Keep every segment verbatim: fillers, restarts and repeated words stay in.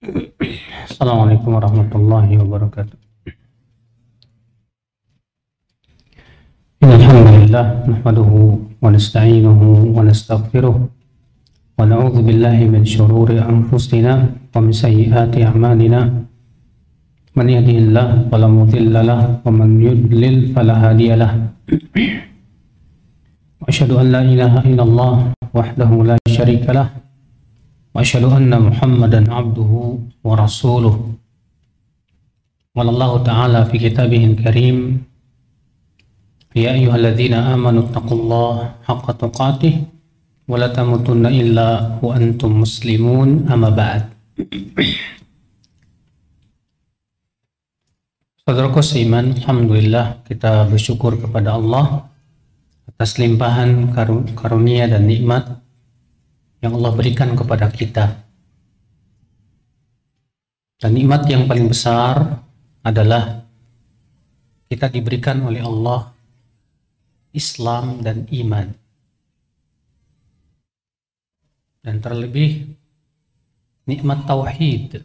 Assalamualaikum warahmatullahi wabarakatuh. Alhamdulillah nahmaduhu wa nasta'inuhu wa nastaghfiruh wa na'udzu billahi min shururi anfusina wa min sayyiati a'malina. Man yahdihillahu fala mudilla lahu wa man yudlil fala hadiya lahu. Wa asyhadu an la ilaha illallah wahdahu la syarika lahu wa asyhadu anna Muhammadan abduhu wa rasuluh. Wallahu ta'ala fi kitabihil karim, ya ayyuhalladzina amanu taqullaha haqqa tuqatih wa la tamutunna illa wa antum muslimun, amma ba'd. Saudaraku seiman, alhamdulillah kita bersyukur kepada Allah atas limpahan karunia dan nikmat yang Allah berikan kepada kita. Dan nikmat yang paling besar adalah kita diberikan oleh Allah Islam dan iman. Dan terlebih nikmat tauhid.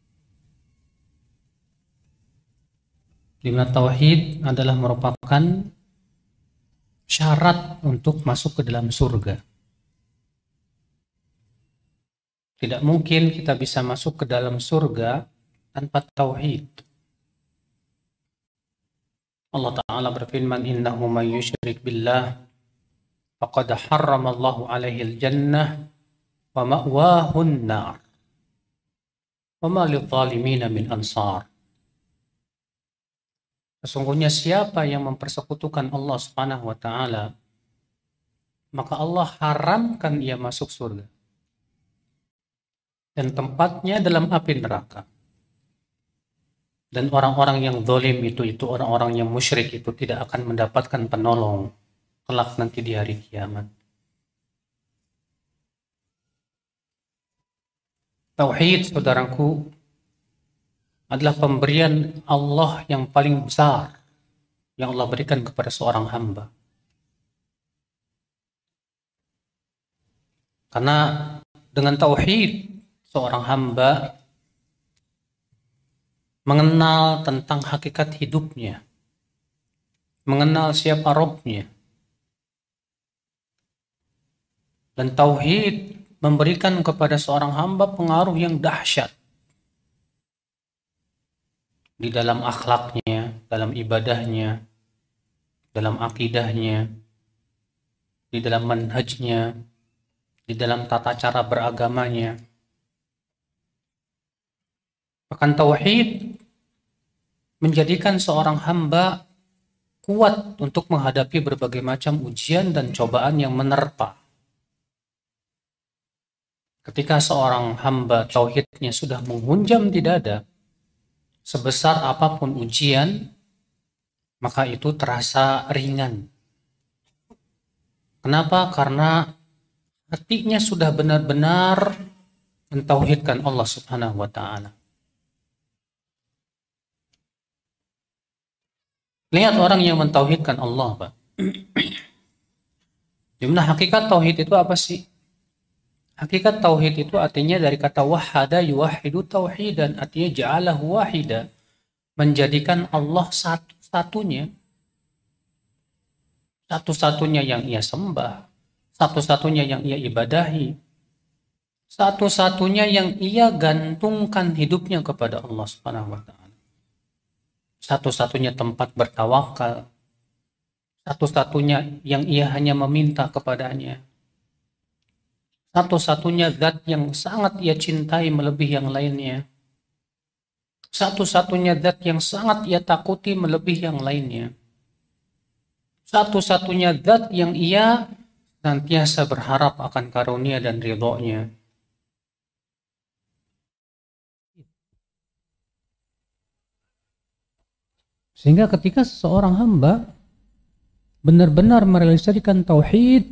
Nikmat tauhid adalah merupakan syarat untuk masuk ke dalam surga. Tidak mungkin kita bisa masuk ke dalam surga tanpa tauhid. Allah Ta'ala berfirman, innahu man yusyrik billah faqad harramallahu alaihi al-jannah wa ma'wahun nar wa ma lidh-dhalimina min ansar. Sesungguhnya siapa yang mempersekutukan Allah Subhanahu wa Ta'ala, maka Allah haramkan ia masuk surga, dan tempatnya dalam api neraka. Dan orang-orang yang zalim itu, itu orang-orang yang musyrik itu tidak akan mendapatkan penolong kelak nanti di hari kiamat. Tauhid, saudaraku, adalah pemberian Allah yang paling besar yang Allah berikan kepada seorang hamba. Karena dengan tauhid seorang hamba mengenal tentang hakikat hidupnya, mengenal siapa Rabbnya. Dan tauhid memberikan kepada seorang hamba pengaruh yang dahsyat di dalam akhlaknya, dalam ibadahnya, dalam akidahnya, di dalam manhajnya, di dalam tata cara beragamanya. Bahkan tauhid menjadikan seorang hamba kuat untuk menghadapi berbagai macam ujian dan cobaan yang menerpa. Ketika seorang hamba tauhidnya sudah menghunjam di dada, sebesar apapun ujian, maka itu terasa ringan. Kenapa? Karena hatinya sudah benar-benar mentauhidkan Allah Subhanahu wa Ta'ala. Lihat orang yang mentauhidkan Allah, Pak. Jumlah hakikat tauhid itu apa sih? Hakikat tauhid itu artinya dari kata wahada yuwahidu tauhidan, artinya ja'alahu wahida, menjadikan Allah satu-satunya, satu-satunya yang ia sembah, satu-satunya yang ia ibadahi, satu-satunya yang ia gantungkan hidupnya kepada Allah Subhanahu wa Ta'ala. Satu-satunya tempat bertawakal, satu-satunya yang ia hanya meminta kepadanya, satu-satunya zat yang sangat ia cintai melebihi yang lainnya, satu-satunya zat yang sangat ia takuti melebihi yang lainnya, satu-satunya zat yang ia senantiasa berharap akan karunia dan ridhonya. Sehingga ketika seorang hamba benar-benar merealisasikan tauhid,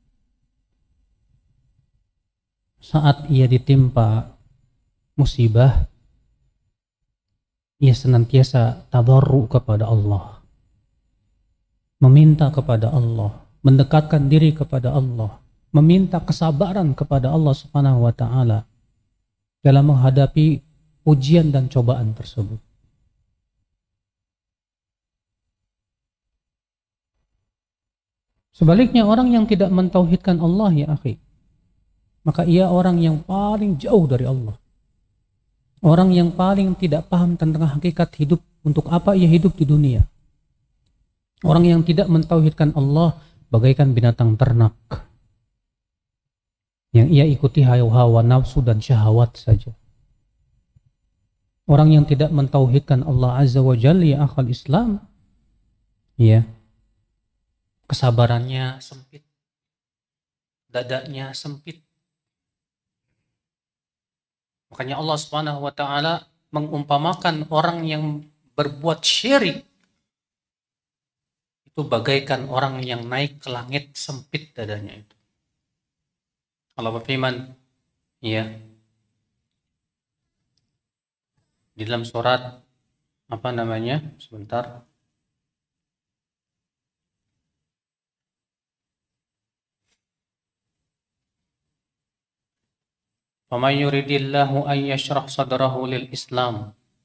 saat ia ditimpa musibah, ia senantiasa tadarru kepada Allah, meminta kepada Allah, mendekatkan diri kepada Allah, meminta kesabaran kepada Allah Subhanahu wa Ta'ala dalam menghadapi ujian dan cobaan tersebut. Sebaliknya orang yang tidak mentauhidkan Allah ya akhi, maka ia orang yang paling jauh dari Allah. Orang yang paling tidak paham tentang hakikat hidup, untuk apa ia hidup di dunia. Orang yang tidak mentauhidkan Allah bagaikan binatang ternak yang ia ikuti hawa nafsu dan syahwat saja. Orang yang tidak mentauhidkan Allah Azza wa Jalla ya akhal Islam, ya, kesabarannya sempit, dadanya sempit. Makanya Allah Subhanahu wa taala mengumpamakan orang yang berbuat syirik itu bagaikan orang yang naik ke langit, sempit dadanya itu. Allah berfirman, ya, di dalam surat apa namanya? Sebentar. فَمَنْ يُرِدِ اللَّهُ أَنْ يَشْرَحْ صَدْرَهُ لِلْإِسْلَامِ.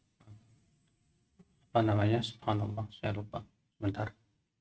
Apa namanya? Subhanallah, saya lupa. Bentar.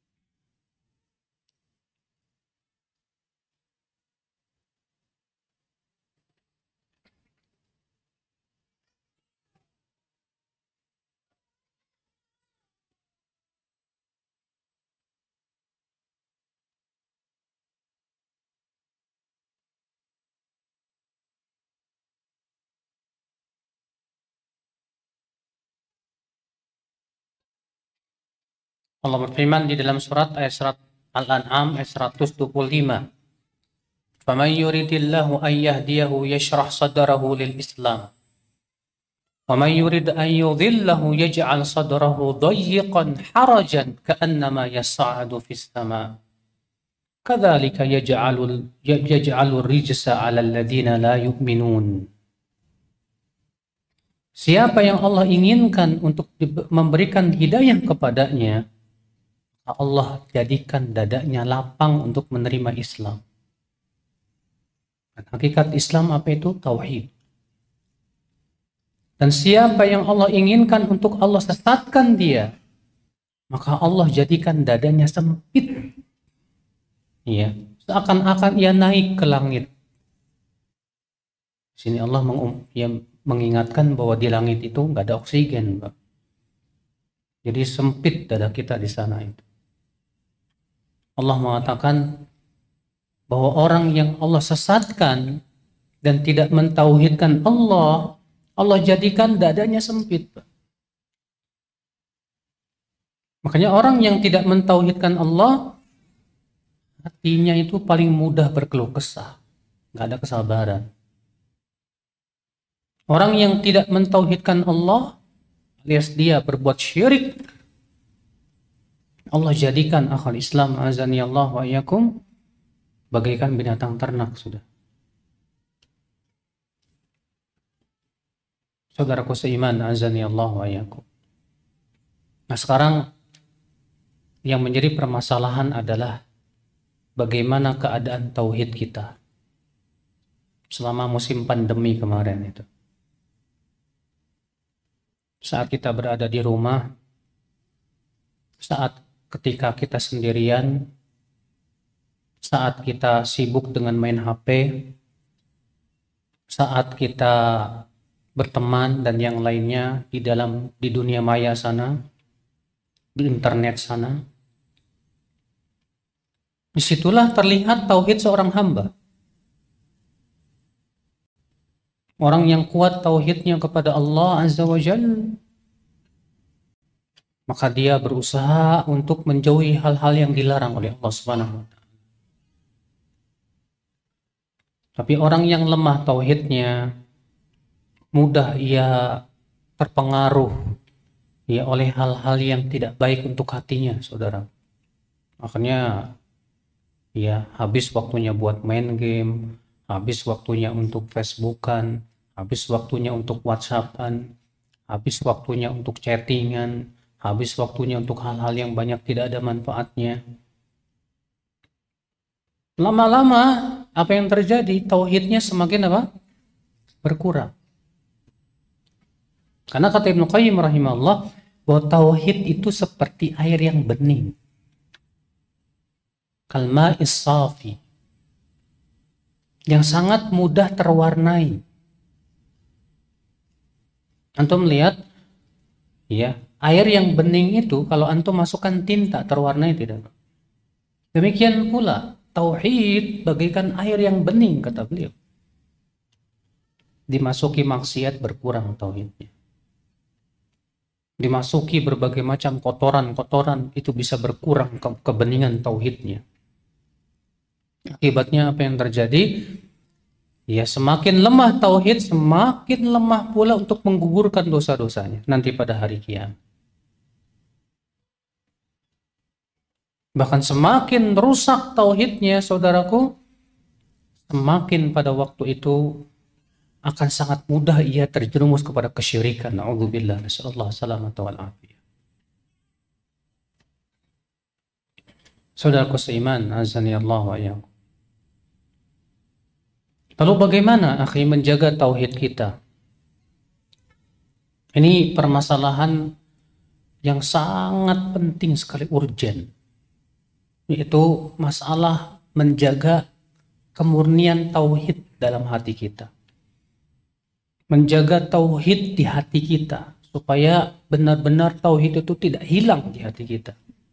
Allah berfirman di dalam surat ayat surat Al-An'am ayat seratus dua puluh lima. فَمَنْ يُرِدِ اللَّهُ أَنْ يَهْدِيَهُ يَشْرَحْ صَدْرَهُ لِلْإِسْلَامِ وَمَنْ يُرِدْ أَنْ يُضِلَّهُ يَجْعَلْ صَدْرَهُ ضَيِّقًا حَرَجًا كَأَنَّمَا يَصَّعَّدُ فِي السَّمَاءِ كَذَلِكَ يَجْعَلُ يَجْعَلُ الرِّجْسَ عَلَى الَّذِينَ لَا يُؤْمِنُونَ. Siapa yang Allah inginkan untuk memberikan hidayah kepadanya, Allah jadikan dadanya lapang untuk menerima Islam. Dan hakikat Islam apa itu? Tauhid. Dan siapa yang Allah inginkan untuk Allah sesatkan dia, maka Allah jadikan dadanya sempit. Ya, seakan-akan ia naik ke langit. Sini Allah mengum, ya, mengingatkan bahwa di langit itu nggak ada oksigen, Pak. Jadi sempit dada kita di sana itu. Allah mengatakan bahwa orang yang Allah sesatkan dan tidak mentauhidkan Allah, Allah jadikan dadanya sempit, Pak. Makanya orang yang tidak mentauhidkan Allah, hatinya itu paling mudah berkeluh kesah, nggak ada kesabaran. Orang yang tidak mentauhidkan Allah, alias dia berbuat syirik, Allah jadikan akhal Islam azani Allah wa iyyakum bagaikan binatang ternak sudah. Saudaraku seiman azani Allah wa iyyakum. Nah sekarang yang menjadi permasalahan adalah bagaimana keadaan tauhid kita selama musim pandemi kemarin itu. Saat kita berada di rumah, saat ketika kita sendirian, saat kita sibuk dengan main H P, saat kita berteman dan yang lainnya di dalam di dunia maya sana, di internet sana, disitulah terlihat tauhid seorang hamba. Orang yang kuat tauhidnya kepada Allah Azza wa Jalla, maka dia berusaha untuk menjauhi hal-hal yang dilarang oleh Allah Subhanahu wa taala. Tapi orang yang lemah tauhidnya, mudah ia terpengaruh ya oleh hal-hal yang tidak baik untuk hatinya, saudara. Makanya ya habis waktunya buat main game, habis waktunya untuk Facebookan, habis waktunya untuk WhatsAppan, habis waktunya untuk chattingan, habis waktunya untuk hal-hal yang banyak tidak ada manfaatnya. Lama-lama apa yang terjadi? Tauhidnya semakin apa? Berkurang. Karena kata Ibnu Qayyim rahimahullah bahwa tauhid itu seperti air yang bening, kalma'is safi, yang sangat mudah terwarnai. Antum lihat ya, air yang bening itu kalau antum masukkan tinta terwarnai tidak? Demikian pula tauhid bagaikan air yang bening, kata beliau. Dimasuki maksiat berkurang tauhidnya. Dimasuki berbagai macam kotoran-kotoran, itu bisa berkurang ke kebeningan tauhidnya. Akibatnya apa yang terjadi? Ya, semakin lemah tauhid, semakin lemah pula untuk menggugurkan dosa-dosanya nanti pada hari kiamat. Bahkan semakin rusak tauhidnya, saudaraku, semakin pada waktu itu akan sangat mudah ia terjerumus kepada kesyirikan. Na'udzubillah, nasallallahu salamata wal afiyah. Saudaraku seiman, azani Allah wa iyyakum. Lalu bagaimana akhi menjaga tauhid kita? Ini permasalahan yang sangat penting sekali, urgen, yaitu masalah menjaga kemurnian tauhid dalam hati kita. Menjaga tauhid di hati kita, supaya benar-benar tauhid itu tidak hilang di hati kita.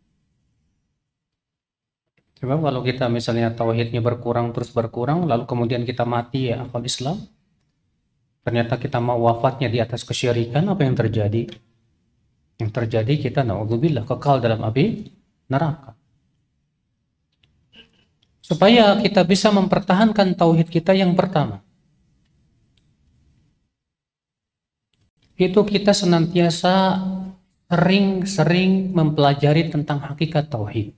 Sebab kalau kita misalnya tauhidnya berkurang terus berkurang, lalu kemudian kita mati ya akal Islam, ternyata kita mau wafatnya di atas kesyirikan, apa yang terjadi? Yang terjadi kita na'udzubillah kekal dalam api neraka. Supaya kita bisa mempertahankan tauhid kita, yang pertama itu kita senantiasa sering-sering mempelajari tentang hakikat tauhid.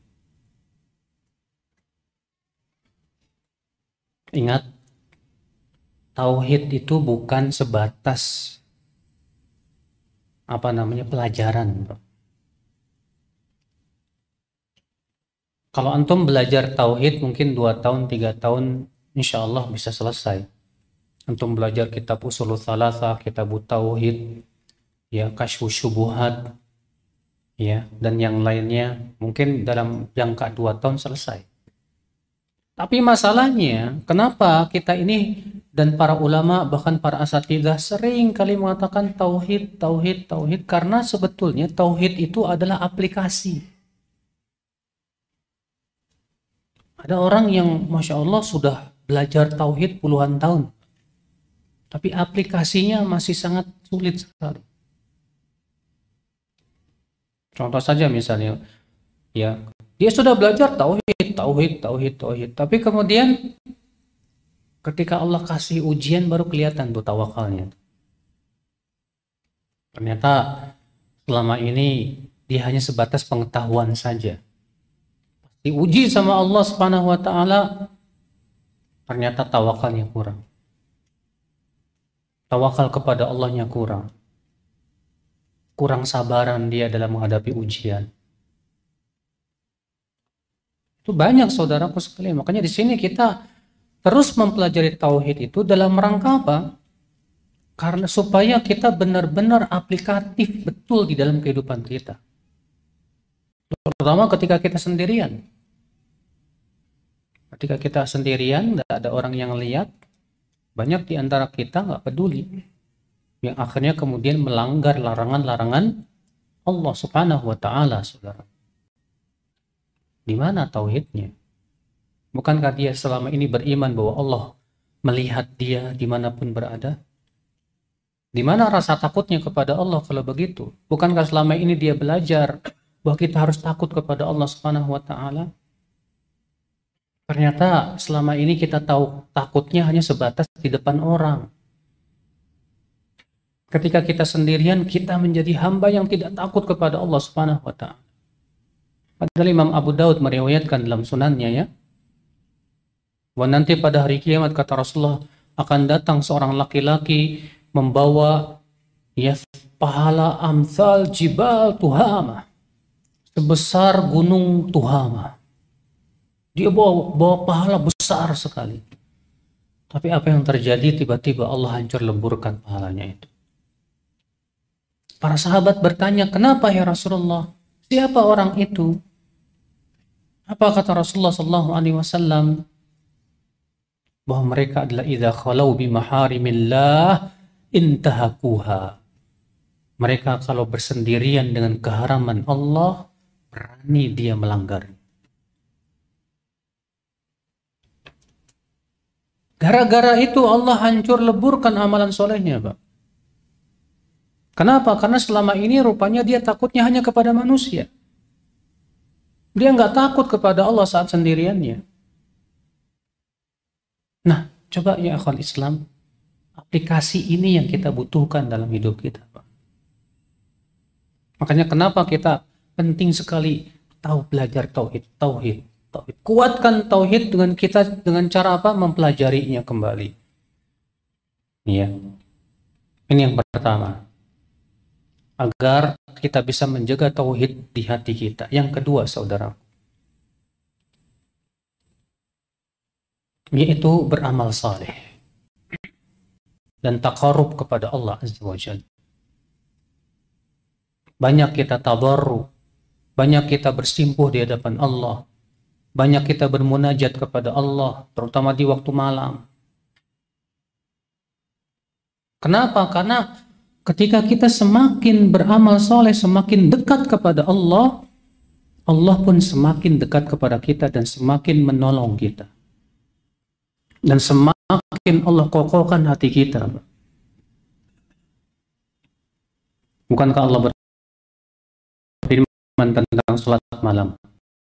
Ingat, tauhid itu bukan sebatas apa namanya pelajaran, bro. Kalau antum belajar tauhid mungkin dua tahun, tiga tahun, insya Allah bisa selesai. Antum belajar kitab usulul tsalatsa, kitab tauhid, ya, kasyfus syubuhat, ya, dan yang lainnya, mungkin dalam jangka dua tahun selesai. Tapi masalahnya, kenapa kita ini dan para ulama bahkan para asatidzah sering kali mengatakan tauhid, tauhid, tauhid, karena sebetulnya tauhid itu adalah aplikasi. Ada orang yang masya Allah sudah belajar tauhid puluhan tahun, tapi aplikasinya masih sangat sulit sekali. Contoh saja misalnya, ya, dia sudah belajar tauhid, tauhid, tauhid, tauhid, tapi kemudian ketika Allah kasih ujian baru kelihatan tuh tawakalnya. Ternyata selama ini dia hanya sebatas pengetahuan saja. Diuji sama Allah Subhanahu wa taala, ternyata tawakalnya kurang. Tawakal kepada Allahnya kurang. Kurang sabaran dia dalam menghadapi ujian. Itu banyak saudaraku sekalian. Makanya di sini kita terus mempelajari tauhid itu dalam rangka apa? Karena supaya kita benar-benar aplikatif betul di dalam kehidupan kita. Terutama ketika kita sendirian. Ketika kita sendirian, tidak ada orang yang lihat, banyak di antara kita nggak peduli. Yang akhirnya kemudian melanggar larangan-larangan Allah Subhanahu wa taala, saudara. Di mana tauhidnya? Bukankah dia selama ini beriman bahwa Allah melihat dia dimanapun berada? Di mana rasa takutnya kepada Allah kalau begitu? Bukankah selama ini dia belajar bahwa kita harus takut kepada Allah Subhanahu wa taala? Ternyata selama ini kita tahu takutnya hanya sebatas di depan orang. Ketika kita sendirian, kita menjadi hamba yang tidak takut kepada Allah Subhanahu wa taala. Padahal Imam Abu Daud meriwayatkan dalam sunannya, ya, bahwa nanti pada hari kiamat kata Rasulullah akan datang seorang laki-laki membawa ya pahala amsal jibal Tuhama, sebesar gunung Tuhama. Dia bawa, bawa pahala besar sekali. Tapi apa yang terjadi? Tiba-tiba Allah hancur lemburkan pahalanya itu. Para sahabat bertanya, kenapa ya Rasulullah? Siapa orang itu? Apa kata Rasulullah sallallahu alaihi wasallam? Bahwa mereka adalah idza khalau bi maharimillah intahakuha. Mereka kalau bersendirian dengan keharaman Allah, berani dia melanggar. Gara-gara itu Allah hancur leburkan amalan solehnya, Pak. Kenapa? Karena selama ini rupanya dia takutnya hanya kepada manusia. Dia nggak takut kepada Allah saat sendiriannya. Nah, coba ya akhwal Islam, aplikasi ini yang kita butuhkan dalam hidup kita, Pak. Makanya kenapa kita penting sekali tahu belajar tauhid, tauhid, tauhid. Kuatkan tauhid dengan kita dengan cara apa? Mempelajarinya kembali. Iya. Ini yang pertama. Agar kita bisa menjaga tauhid di hati kita. Yang kedua, saudara, yaitu beramal saleh dan taqarrub kepada Allah Azza wa Jalla. Banyak kita tadarru, banyak kita bersimpuh di hadapan Allah, banyak kita bermunajat kepada Allah, terutama di waktu malam. Kenapa? Karena ketika kita semakin beramal soleh, semakin dekat kepada Allah, Allah pun semakin dekat kepada kita dan semakin menolong kita. Dan semakin Allah kokohkan hati kita. Bukankah Allah berfirman tentang salat malam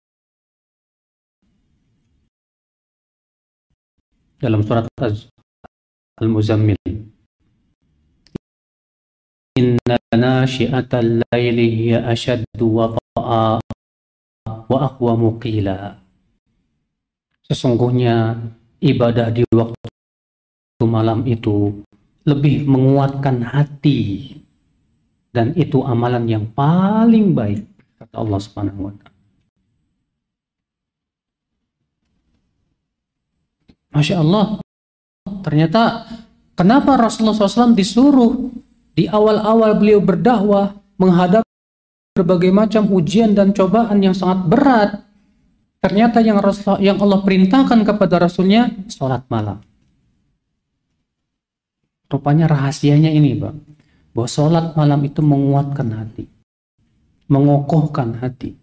dalam surat Al-Muzammil? Inna nashi'atal laili hiya ashaddu wata'a wa aqwamu qila. Sesungguhnya ibadah di waktu malam itu lebih menguatkan hati, dan itu amalan yang paling baik, kata Allah Subhanahu wa taala. Masya Allah, ternyata kenapa Rasulullah shallallahu alaihi wasallam disuruh di awal-awal beliau berdakwah menghadapi berbagai macam ujian dan cobaan yang sangat berat, ternyata yang Rasul, yang Allah perintahkan kepada Rasulnya sholat malam. Rupanya rahasianya ini, Pak, bahwa sholat malam itu menguatkan hati, mengokohkan hati.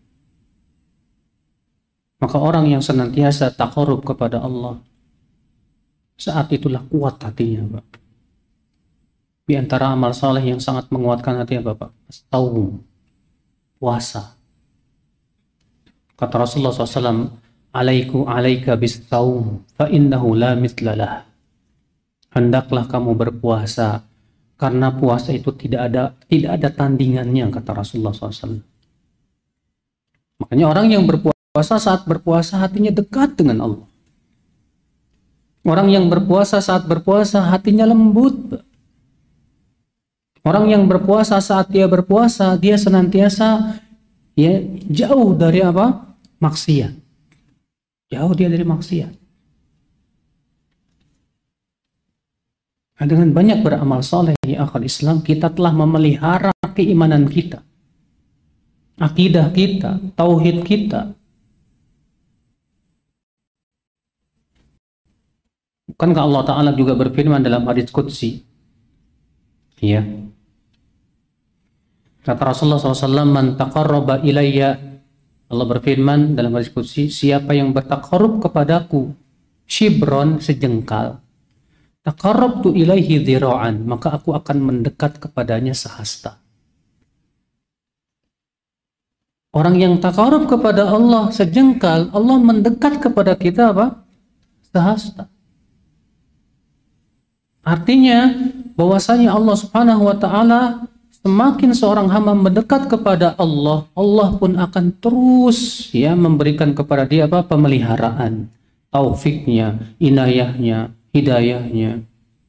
Maka orang yang senantiasa taqarrub kepada Allah, saat itulah kuat hatinya, Pak. Di antara amal saleh yang sangat menguatkan hati apa, Pak? Saum, puasa. Kata Rasulullah shallallahu alaihi wasallam, "Alaiku alaika bis saum, fa innahu la mitlalah." Hendaklah kamu berpuasa, karena puasa itu tidak ada tidak ada tandingannya, kata Rasulullah shallallahu alaihi wasallam. Makanya orang yang berpuasa, saat berpuasa hatinya dekat dengan Allah. Orang yang berpuasa saat berpuasa hatinya lembut. Orang yang berpuasa saat dia berpuasa, dia senantiasa ya jauh dari apa? Maksiat. Jauh dia dari maksiat. Nah, dengan banyak beramal saleh ya akhwal Islam, kita telah memelihara keimanan kita, akidah kita, tauhid kita. Bukankah Allah Ta'ala juga berfirman dalam hadits qudsi? Ya. Kata Rasulullah shallallahu alaihi wasallam, "Man taqarraba ilayya," Allah berfirman dalam hadits qudsi, siapa yang bertaqarrub kepadaku shibron, sejengkal, taqarrabtu ilaihi dhira'an, maka aku akan mendekat kepadanya sehasta. Orang yang taqarrub kepada Allah sejengkal, Allah mendekat kepada kita apa? Sehasta. Artinya bahwasanya Allah Subhanahu wa taala, semakin seorang hamba mendekat kepada Allah, Allah pun akan terus ya memberikan kepada dia apa? Pemeliharaan, taufiknya, inayahnya, hidayahnya.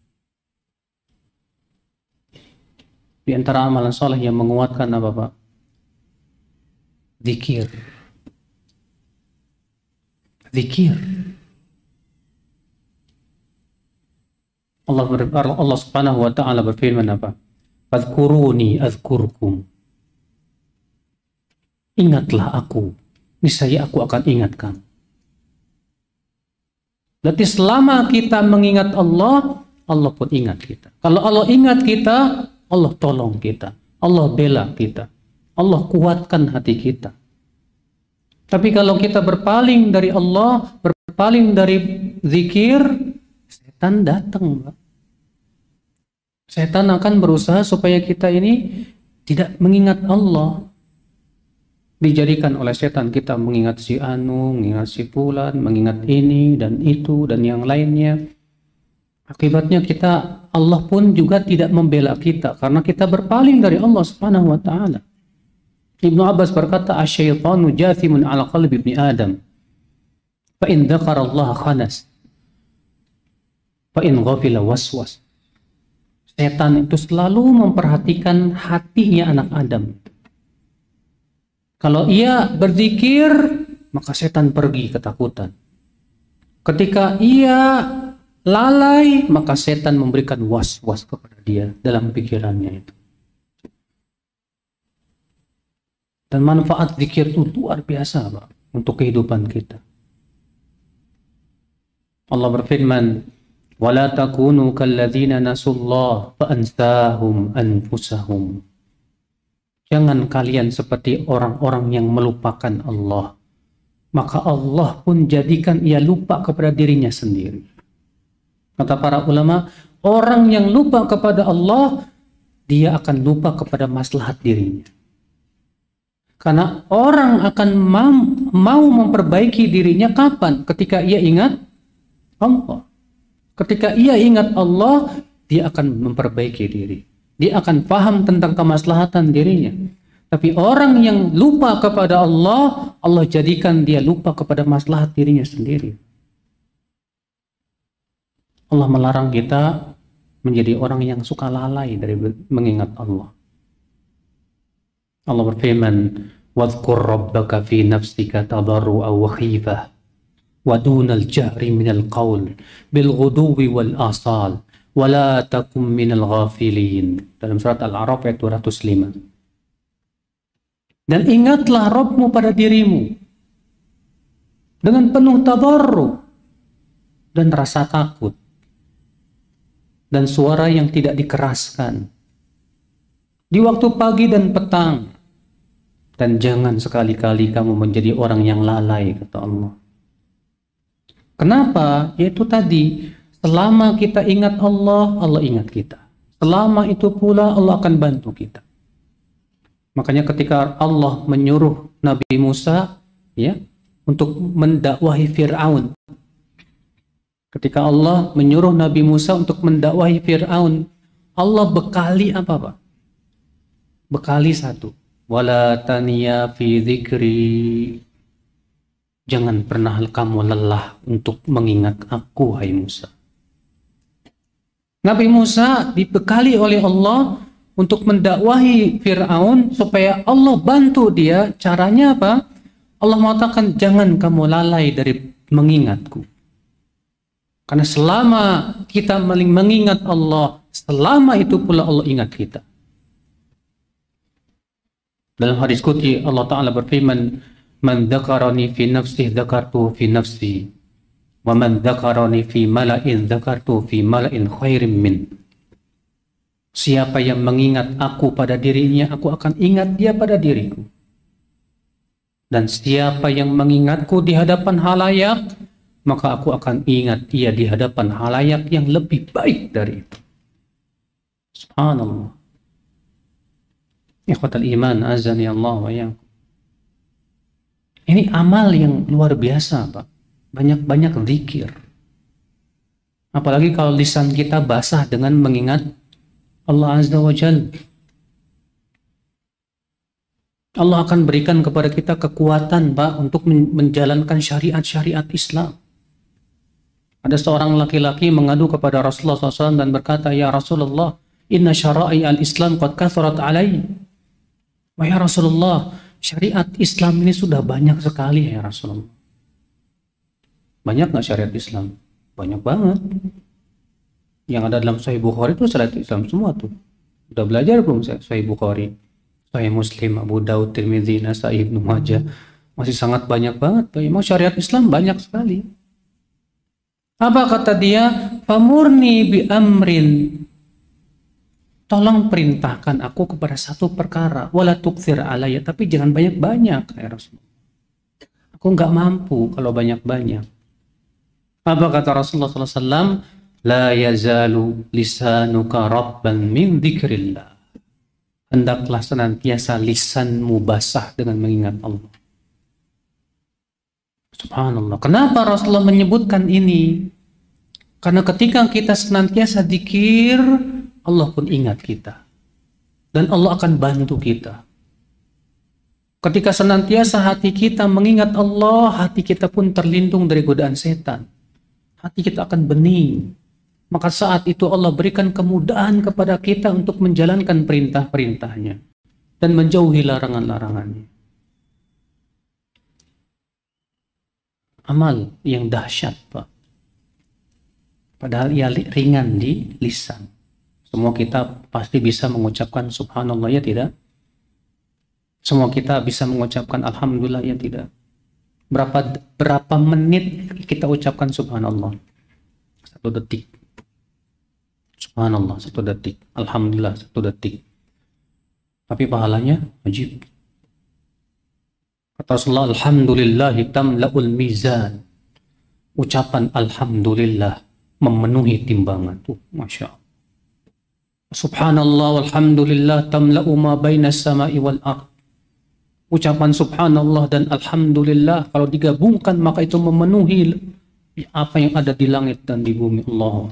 Di antara amalan soleh yang menguatkan apa, Pak? Zikir. Zikir. Allah, Allah Subhanahu wa taala berfirman apa? Fadhkuruni adzkurkum. Ingatlah aku, niscaya aku akan ingat kamu. Berarti selama kita mengingat Allah, Allah pun ingat kita. Kalau Allah ingat kita, Allah tolong kita, Allah bela kita, Allah kuatkan hati kita. Tapi kalau kita berpaling dari Allah, berpaling dari zikir, setan datang, Pak. Setan akan berusaha supaya kita ini tidak mengingat Allah. Dijadikan oleh setan kita mengingat si anu, mengingat si fulan, mengingat ini dan itu dan yang lainnya. Akibatnya kita, Allah pun juga tidak membela kita karena kita berpaling dari Allah Subhanahu wa taala. Ibnu Abbas berkata, "Asy-syaitanu jathimun 'ala qalbi ibni Adam. Fa in dzakara Allah khanas. Fa in ghafila waswas." Setan itu selalu memperhatikan hatinya anak Adam. Kalau ia berzikir, maka setan pergi ketakutan. Ketika ia lalai, maka setan memberikan was-was kepada dia dalam pikirannya itu. Dan manfaat zikir itu luar biasa, Pak, untuk kehidupan kita. Allah berfirman, "Wala takunu kalladzina nasullah fa ansahum anfusahum." Jangan kalian seperti orang-orang yang melupakan Allah, maka Allah pun jadikan ia lupa kepada dirinya sendiri. Kata para ulama, orang yang lupa kepada Allah, dia akan lupa kepada maslahat dirinya. Karena orang akan mau memperbaiki dirinya kapan? Ketika ia ingat Allah. Ketika ia ingat Allah, dia akan memperbaiki diri. Dia akan paham tentang kemaslahatan dirinya. Tapi orang yang lupa kepada Allah, Allah jadikan dia lupa kepada maslahat dirinya sendiri. Allah melarang kita menjadi orang yang suka lalai dari mengingat Allah. Allah berfirman, "Wadhkur rabbaka fi nafsika tadarru'an wa khifah wa dunal jahri minal qaul bil ghuduwi wal asal. Wala takum minal ghafilin." Dalam surat Al-A'raf ayat dua ratus lima. Dan ingatlah Rabbmu pada dirimu dengan penuh tadarru dan rasa takut dan suara yang tidak dikeraskan di waktu pagi dan petang. Dan jangan sekali-kali kamu menjadi orang yang lalai, kata Allah. Kenapa? Yaitu tadi, selama kita ingat Allah, Allah ingat kita. Selama itu pula Allah akan bantu kita. Makanya ketika Allah menyuruh Nabi Musa ya untuk mendakwahi Fir'aun. Ketika Allah menyuruh Nabi Musa untuk mendakwahi Fir'aun, Allah bekali apa, Pak? Bekali satu. Wala taniya fi dzikri. Jangan pernah kamu lelah untuk mengingat aku, hai Musa. Nabi Musa dibekali oleh Allah untuk mendakwahi Fir'aun supaya Allah bantu dia. Caranya apa? Allah mengatakan jangan kamu lalai dari mengingatku. Karena selama kita mengingat Allah, selama itu pula Allah ingat kita. Dalam hadis qudsi Allah Ta'ala berfirman, "Man dzakarani fi nafsihi dzakartuhu fi nafsi, wa man dzakarani fi mala'in dzakartuhu fi mala'in khairin min." Siapa yang mengingat aku pada dirinya, aku akan ingat dia pada diriku. Dan siapa yang mengingatku di hadapan halayak, maka aku akan ingat dia di hadapan halayak yang lebih baik dari itu. Subhanallah. Ikhwatal iman, azani Allah wa iyyakum. Ini amal yang luar biasa, Pak. Banyak-banyak zikir. Apalagi kalau lisan kita basah dengan mengingat Allah Azza wa Jalla. Allah akan berikan kepada kita kekuatan, Pak, untuk menjalankan syariat-syariat Islam. Ada seorang laki-laki mengadu kepada Rasulullah shallallahu alaihi wasallam dan berkata, "Ya Rasulullah, inna syara'i al-Islam qad kathurat alai." Wahai Rasulullah, syariat Islam ini sudah banyak sekali ya Rasulullah. Banyak nggak syariat Islam? Banyak banget. Yang ada dalam Sahih Bukhari itu syariat Islam semua tuh. Udah belajar belum Sahih Bukhari, Sahih Muslim, Abu Daud, Tirmidzi, Nasai, Ibnu Majah? Masih sangat banyak banget. Memang syariat Islam banyak sekali. Apa kata dia? Famurni bi amrin. Tolong perintahkan aku kepada satu perkara. Wala tukthir alayya. Tapi jangan banyak-banyak, ya Rasulullah. Aku nggak mampu kalau banyak-banyak. Apa kata Rasulullah sallallahu alaihi wasallam? La yazalu lisanuka rabban min dzikrillah. Hendaklah senantiasa lisanmu basah dengan mengingat Allah. Subhanallah. Kenapa Rasulullah menyebutkan ini? Karena ketika kita senantiasa dzikir, Allah pun ingat kita. Dan Allah akan bantu kita. Ketika senantiasa hati kita mengingat Allah, hati kita pun terlindung dari godaan setan. Hati kita akan bening. Maka saat itu Allah berikan kemudahan kepada kita untuk menjalankan perintah-perintahnya dan menjauhi larangan-larangannya. Amal yang dahsyat, Pak. Padahal ia ringan di lisan. Semua kita pasti bisa mengucapkan subhanallah, ya tidak? Semua kita bisa mengucapkan alhamdulillah, ya tidak? Berapa berapa menit kita ucapkan subhanallah? Satu detik. Subhanallah, satu detik. Alhamdulillah, satu detik. Tapi pahalanya wajib. Kata Rasulullah, alhamdulillah tamla'ul mizan. Ucapan alhamdulillah memenuhi timbangan. Tuh, Masya Allah. Subhanallah walhamdulillah tamla'u ma baina samai wal ard. Ucapan subhanallah dan alhamdulillah kalau digabungkan maka itu memenuhi apa yang ada di langit dan di bumi. Allah.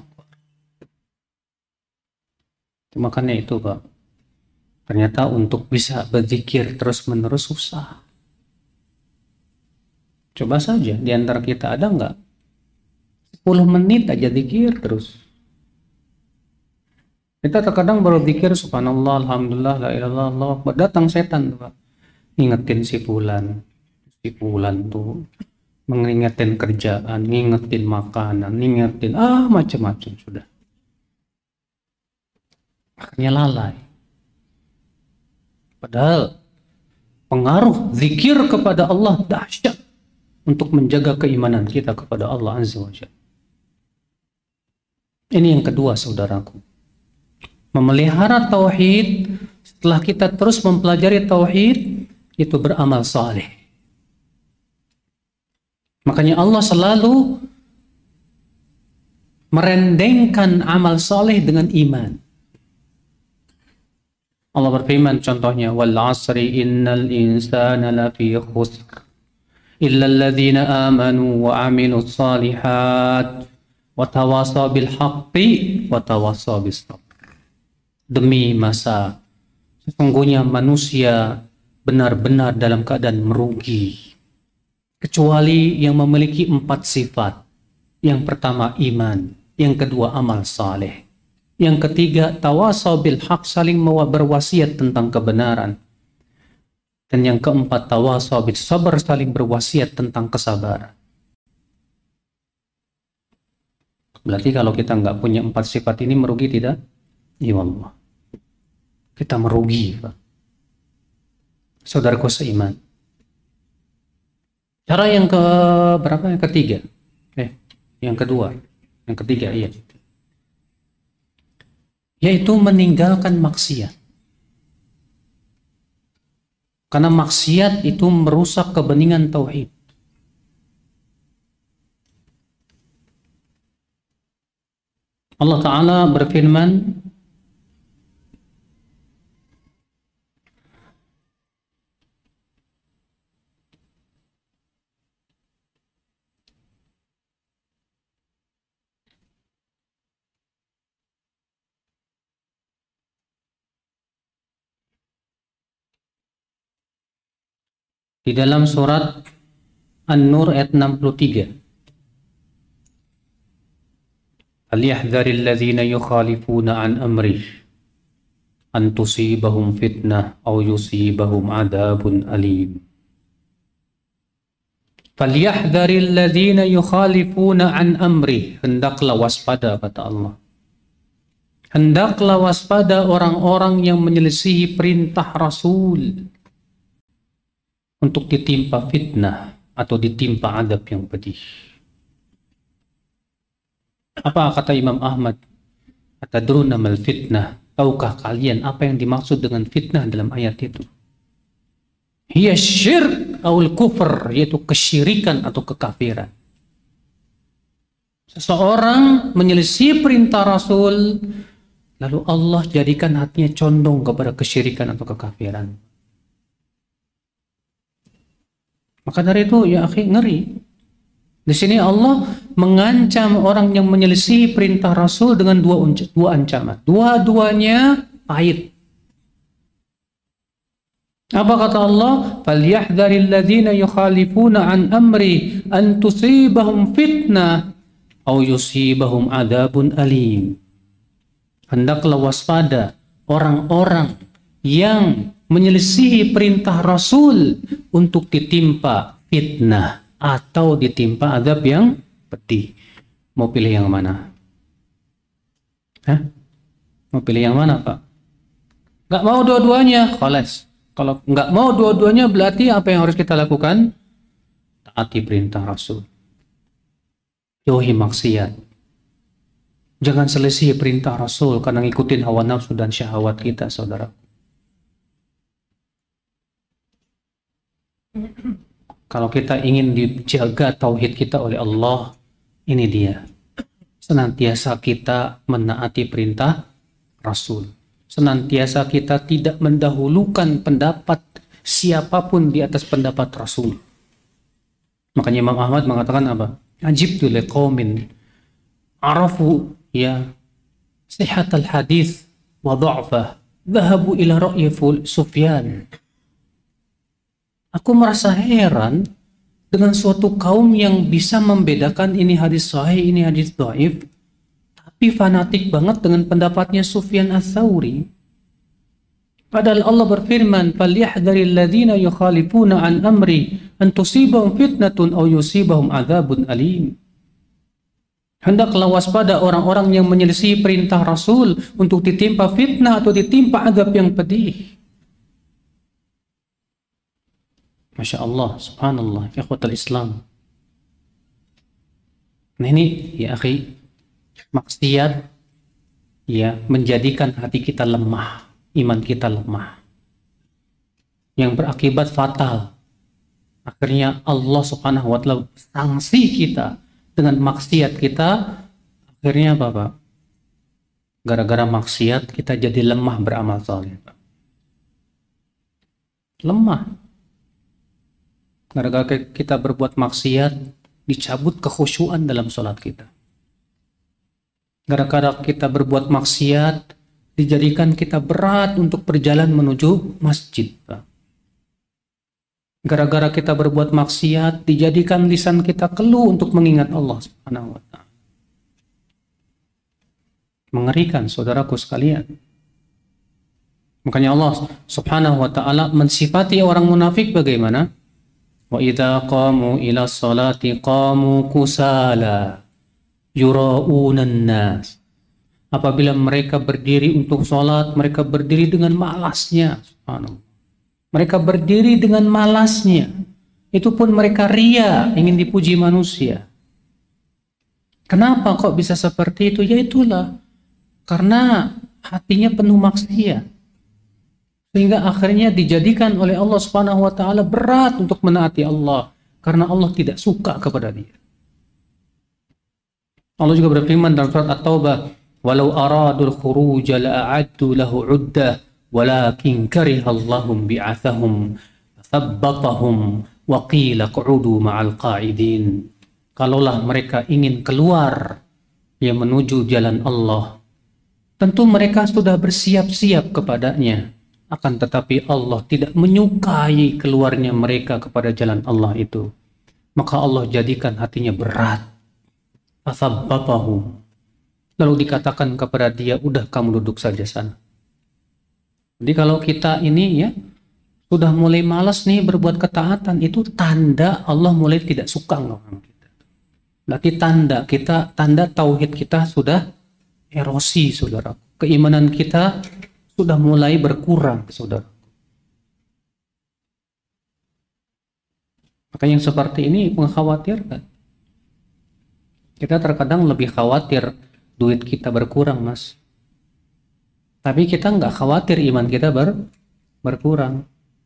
Makanya itu, Pak. Ternyata untuk bisa berzikir terus-menerus susah. Coba saja di antara kita ada nggak sepuluh menit aja zikir terus. Kita terkadang baru zikir subhanallah, alhamdulillah, la ilaha illallah, datang setan, Pak. Ngingetin si fulan. Si fulan tuh mengingetin kerjaan, ngingetin makanan, ngingetin ah macam-macam sudah. Akhirnya lalai. Padahal pengaruh zikir kepada Allah dahsyat untuk menjaga keimanan kita kepada Allah Azza wa Jalla. Ini yang kedua, saudaraku. Memelihara tauhid, setelah kita terus mempelajari tauhid, itu beramal saleh. Makanya Allah selalu merendengkan amal saleh dengan iman. Allah berfirman contohnya, wal asri innal insana lafi khusr illa alladhina amanu wa amilus salihat wa tawasaw bil haqqi wa tawasaw bis sabr. Demi masa sesungguhnya manusia benar-benar dalam keadaan merugi kecuali yang memiliki empat sifat. Yang pertama iman, yang kedua amal saleh, yang ketiga tawasaw bil haq, saling berwasiat tentang kebenaran, dan yang keempat tawasaw bis sabr, saling berwasiat tentang kesabaran. Berarti kalau kita nggak punya empat sifat ini merugi tidak? Ya Allah, kita merugi, Pak. Saudaraku seiman. Cara yang ke berapa? Yang ketiga. Eh, yang kedua. Yang ketiga, iya. Yaitu meninggalkan maksiat. Karena maksiat itu merusak kebeningan tauhid. Allah Ta'ala berfirman, di dalam surat An-Nur ayat enam puluh tiga. Falyahdharil ladzina yukhalifuna an amrih an tusibahum fitnah aw yusibahum adzabun alim. Falyahdharil ladzina yukhalifuna an amrih, hendaklah waspada kata Allah Hendaklah waspada orang-orang yang menyelisihi perintah Rasul untuk ditimpa fitnah atau ditimpa adab yang pedih. Apa kata Imam Ahmad? Atadruna mal fitnah? Tahukah kalian apa yang dimaksud dengan fitnah dalam ayat itu? Hiya syirk awal kufur, yaitu kesyirikan atau kekafiran. Seseorang menyelisih perintah Rasul, lalu Allah jadikan hatinya condong kepada kesyirikan atau kekafiran. Maka dari itu, ya akhi, ngeri. Di sini Allah mengancam orang yang menyelisih perintah Rasul dengan dua, dua ancaman. Dua-duanya pahit. Apa kata Allah? فَلْيَحْذَرِ الَّذِينَ يُخَالِفُونَ عَنْ أَمْرِهِ أَنْ تُصِيبَهُمْ فِتْنَةٌ أَوْ يُصِيبَهُمْ عَذَابٌ أَلِيمٌ. Hendaklah waspada orang-orang yang menyelisihi perintah Rasul untuk ditimpa fitnah atau ditimpa azab yang pedih. Mau pilih yang mana? Hah? Mau pilih yang mana, Pak? Gak mau dua-duanya, khalas. Kalau nggak mau dua-duanya, berarti apa yang harus kita lakukan? Taati perintah Rasul. Jauhi maksiat. Jangan selisih perintah Rasul karena ngikutin hawa nafsu dan syahwat kita, saudara. Kalau kita ingin dijaga tauhid kita oleh Allah, ini dia. Senantiasa kita menaati perintah Rasul. Senantiasa kita tidak mendahulukan pendapat siapapun di atas pendapat Rasul. Makanya Imam Ahmad mengatakan apa? Ajibtu liqaumin arafu ya sihhat al-hadith wa dha'fah dhahabu ila ra'yi Sufyan. Aku merasa heran dengan suatu kaum yang bisa membedakan ini hadis sahih, ini hadis dhaif, tapi fanatik banget dengan pendapatnya Sufyan ats-Tsauri. Padahal Allah berfirman, "Falyahdharil ladzina yukhalifuna an amri an tusibahum fitnatun aw yusibahum adzabun alim." Hendaklah waspada orang-orang yang menyelisih perintah Rasul untuk ditimpa fitnah atau ditimpa azab yang pedih. Masya Allah, subhanallah, ikhwatal Islam. Nah ini, ya akhi, maksiat ya menjadikan hati kita lemah, iman kita lemah, yang berakibat fatal. Akhirnya Allah subhanahu wa ta'ala sanksi kita dengan maksiat kita. Akhirnya apa, Pak? Gara-gara maksiat kita jadi lemah beramal saleh, Pak. Lemah. Gara-gara kita berbuat maksiat, dicabut kekhusyuan dalam sholat kita. Gara-gara kita berbuat maksiat, dijadikan kita berat untuk berjalan menuju masjid, Pak. Gara-gara kita berbuat maksiat, dijadikan lisan kita keluh untuk mengingat Allah Subhanahu wa ta'ala. Mengerikan, saudaraku sekalian. Makanya Allah Subhanahu wa ta'ala mensifati orang munafik bagaimana? Wa idza qamu ila sholati qamu kusala yura'unan nas. Apabila mereka berdiri untuk sholat, mereka berdiri dengan malasnya. Subhanallah. Mereka berdiri dengan malasnya. Itu pun mereka ria, ingin dipuji manusia. Kenapa kok bisa seperti itu? Ya itulah, karena hatinya penuh maksiat. Sehingga akhirnya dijadikan oleh Allah Subhanahu wa ta'ala berat untuk menaati Allah, karena Allah tidak suka kepada dia. Allah juga berfirman dalam surat At-Taubah, "Walau aradul khuruja la'addu lahu 'uddah, walakin karihallahum bi'athahum fathabbatahum wa qila q'udu ma'al qa'idin." Kalaulah mereka ingin keluar yang menuju jalan Allah, tentu mereka sudah bersiap-siap kepadanya. Akan tetapi Allah tidak menyukai keluarnya mereka kepada jalan Allah itu. Maka Allah jadikan hatinya berat. Fathabbatahum. Lalu dikatakan kepada dia, udah kamu duduk saja sana. Jadi kalau kita ini ya sudah mulai malas nih berbuat ketaatan, itu tanda Allah mulai tidak suka dengan kita. Berarti tanda kita, tanda tauhid kita sudah erosi, saudara. keimanan kita sudah mulai berkurang, saudara. Maka yang seperti ini mengkhawatirkan. Kita terkadang lebih khawatir duit kita berkurang, Mas. Tapi kita nggak khawatir iman kita ber, berkurang.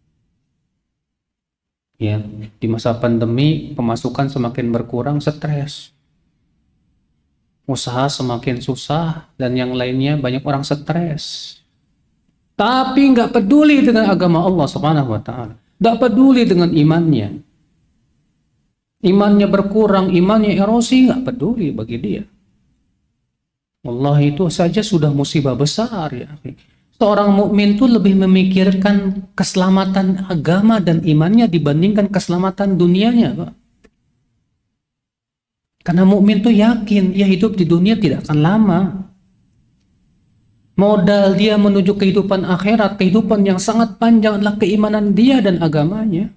Ya, di masa pandemi pemasukan semakin berkurang, stres. Usaha semakin susah dan yang lainnya, banyak orang stres. Tapi nggak peduli dengan agama Allah Subhanahu wa taala. Nggak peduli dengan imannya. Imannya berkurang, imannya erosi, nggak peduli bagi dia. Allah itu saja sudah musibah besar ya. Seorang mukmin itu lebih memikirkan keselamatan agama dan imannya dibandingkan keselamatan dunianya, Pak. Karena mukmin itu yakin ya hidup di dunia tidak akan lama. Modal dia menuju kehidupan akhirat, kehidupan yang sangat panjang adalah keimanan dia dan agamanya.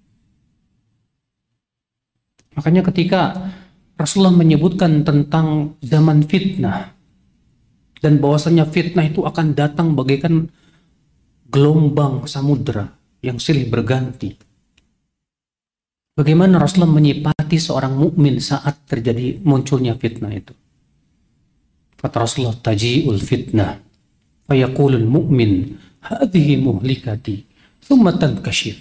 Makanya ketika Rasulullah menyebutkan tentang zaman fitnah dan bahwasanya fitnah itu akan datang bagaikan gelombang samudra yang silih berganti. Bagaimana Rasulullah menyipati seorang mukmin saat terjadi munculnya fitnah itu? Kata Rasulullah, taji'ul fitnah fayaqulul mu'min hadhihi muhlikati thumma tankashif.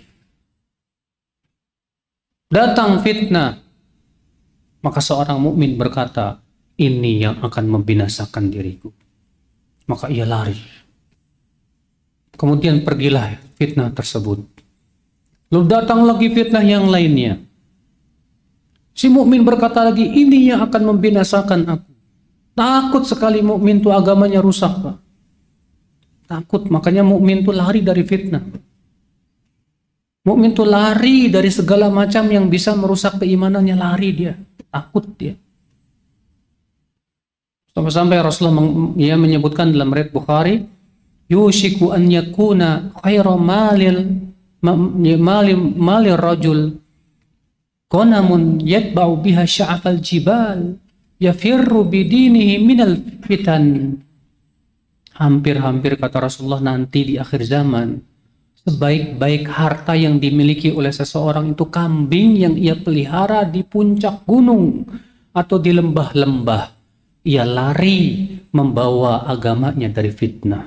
Datang fitnah, maka seorang mukmin berkata, ini yang akan membinasakan diriku. Maka ia lari. Kemudian pergilah fitnah tersebut. Lalu datang lagi fitnah yang lainnya. Si mukmin berkata lagi, ini yang akan membinasakan aku. Takut sekali mukmin itu agamanya rusak, Pak. Takut, makanya mukmin itu lari dari fitnah. Mukmin itu lari dari segala macam yang bisa merusak keimanannya, lari dia. Takut dia. Sampai-sampai Rasulullah ia menyebutkan dalam riwayat Bukhari, yushiku an yakuna khairu malil malil malir rajul qanamun yatba'u biha sya'afal jibal yafirru bidinihi minal fitan. Hampir-hampir kata Rasulullah nanti di akhir zaman, sebaik-baik harta yang dimiliki oleh seseorang itu kambing yang ia pelihara di puncak gunung atau di lembah-lembah. Ia lari membawa agamanya dari fitnah.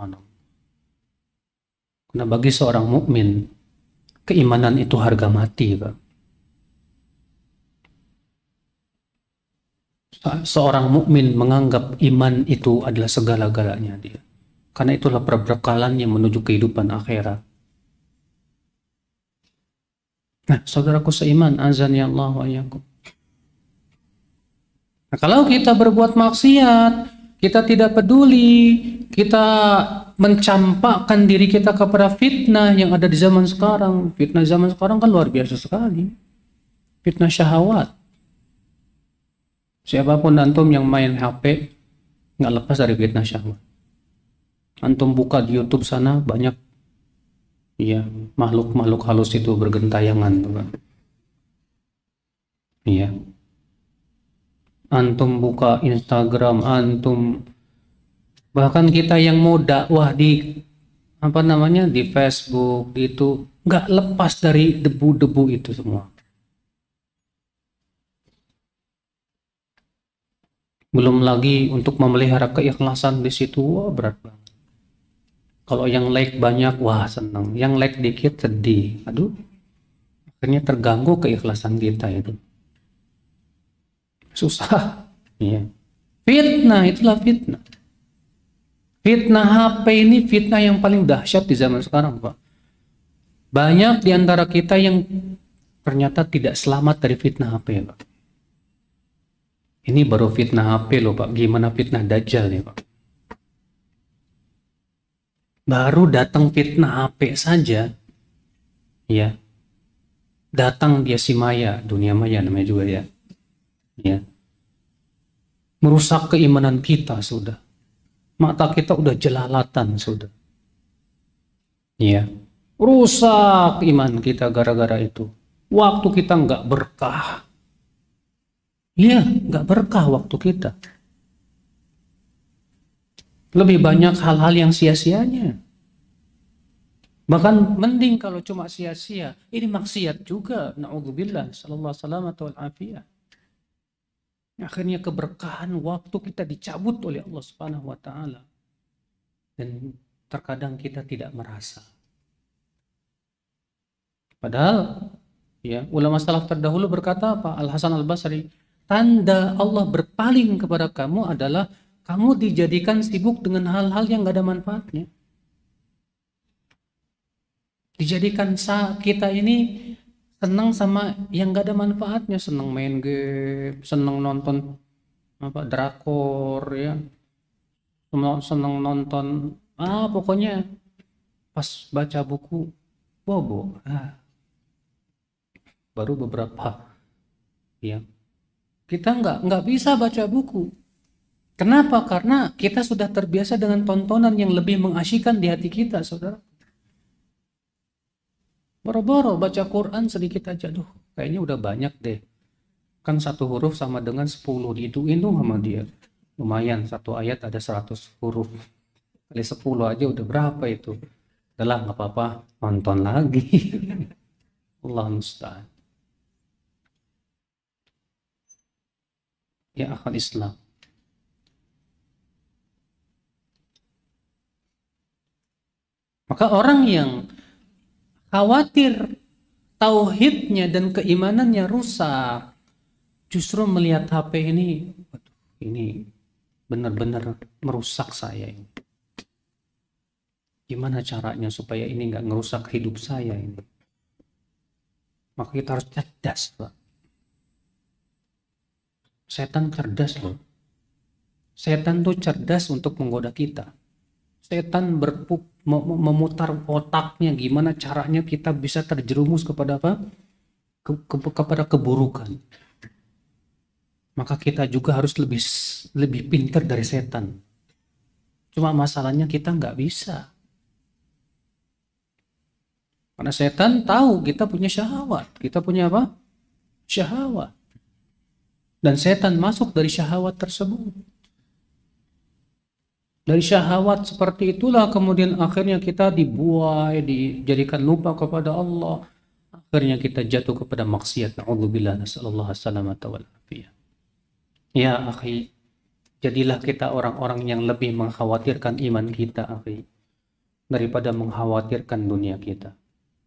Karena bagi seorang mukmin, keimanan itu harga mati, Pak. Seorang mukmin menganggap iman itu adalah segala-galanya dia. Karena itulah perbekalannya menuju kehidupan akhirat. Nah, saudaraku seiman, azan ya Allah wa iyyakum. Nah, kalau kita berbuat maksiat, kita tidak peduli, kita mencampakkan diri kita kepada fitnah yang ada di zaman sekarang. Fitnah zaman sekarang kan luar biasa sekali. Fitnah syahwat. Siapapun antum yang main H P nggak lepas dari fitnah syahwat. Antum buka di YouTube sana banyak ya makhluk-makhluk halus itu bergentayangan, tuh, Pak. Iya. Antum buka Instagram, antum bahkan kita yang mau dakwah di apa namanya di Facebook itu nggak lepas dari debu-debu itu semua. Belum lagi untuk memelihara keikhlasan di situ, wah berat banget. Kalau yang like banyak, wah senang. Yang like dikit, sedih. Aduh, akhirnya terganggu keikhlasan kita itu. Susah. Iya. Fitnah, itulah fitnah. Fitnah H P ini fitnah yang paling dahsyat di zaman sekarang, Pak. Banyak di antara kita yang ternyata tidak selamat dari fitnah H P, Pak. Ini baru fitnah H P loh, Pak. Gimana fitnah Dajjal nih, Pak. Baru datang fitnah H P saja, ya, datang dia si maya, dunia maya namanya juga ya, ya, merusak keimanan kita sudah, mata kita udah jelalatan sudah, ya, rusak iman kita gara-gara itu, waktu kita nggak berkah, ya, nggak berkah waktu kita. Lebih banyak hal-hal yang sia-sianya. Bahkan mending kalau cuma sia-sia, ini maksiat juga. Na'udzubillah, sallallahu alaihi wasallam. Akhirnya keberkahan waktu kita dicabut oleh Allah Subhanahu wa taala. Dan terkadang kita tidak merasa. Padahal ya, ulama salaf terdahulu berkata apa? Al Hasan Al Basri, tanda Allah berpaling kepada kamu adalah kamu dijadikan sibuk dengan hal-hal yang gak ada manfaatnya. Dijadikan kita ini senang sama yang gak ada manfaatnya, senang main game, senang nonton apa drakor ya, senang nonton ah pokoknya pas baca buku bobo. Ah, baru beberapa ya kita nggak nggak bisa baca buku. Kenapa? Karena kita sudah terbiasa dengan tontonan yang lebih mengasyikkan di hati kita, saudara. Boro-boro baca Quran sedikit aja, duh, kayaknya udah banyak deh. Kan satu huruf sama dengan sepuluh, dihitung sama dia. Lumayan, satu ayat ada seratus huruf. Kali sepuluh aja udah berapa itu? Udahlah, nggak apa-apa, nonton lagi. Allah musta'an. Ya akhal Islam. Maka orang yang khawatir tauhidnya dan keimanannya rusak, justru melihat H P ini, waduh, ini benar-benar merusak saya ini. Gimana caranya supaya ini nggak ngerusak hidup saya ini? Maka kita harus cerdas, Pak. Setan cerdas loh. Setan tuh cerdas untuk menggoda kita. Setan berpup, memutar otaknya gimana caranya kita bisa terjerumus kepada apa? Ke, ke, kepada keburukan. Maka kita juga harus lebih lebih pintar dari setan. Cuma masalahnya kita nggak bisa. Karena setan tahu kita punya syahwat. Kita punya apa? Syahwat. Dan setan masuk dari syahwat tersebut. Dari syahwat seperti itulah kemudian akhirnya kita dibuai, dijadikan lupa kepada Allah. Akhirnya kita jatuh kepada maksiat. Na'udzubillah, nasallallahu salamata wal afiyah. Ya akhi, jadilah kita orang-orang yang lebih mengkhawatirkan iman kita, akhi, daripada mengkhawatirkan dunia kita.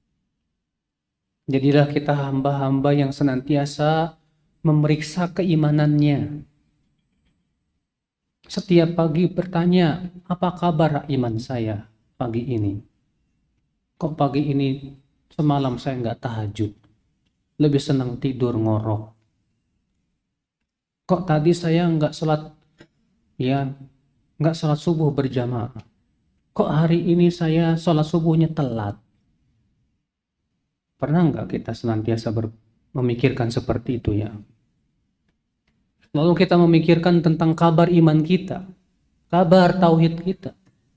Jadilah kita hamba-hamba yang senantiasa memeriksa keimanannya. Setiap pagi bertanya, apa kabar iman saya pagi ini? Kok pagi ini semalam saya nggak tahajud, lebih senang tidur ngorok. Kok tadi saya nggak sholat, ya nggak sholat subuh berjamaah. Kok hari ini saya sholat subuhnya telat? Pernah nggak kita senantiasa ber- memikirkan seperti itu ya? Lalu kita memikirkan tentang kabar iman kita, kabar tauhid kita.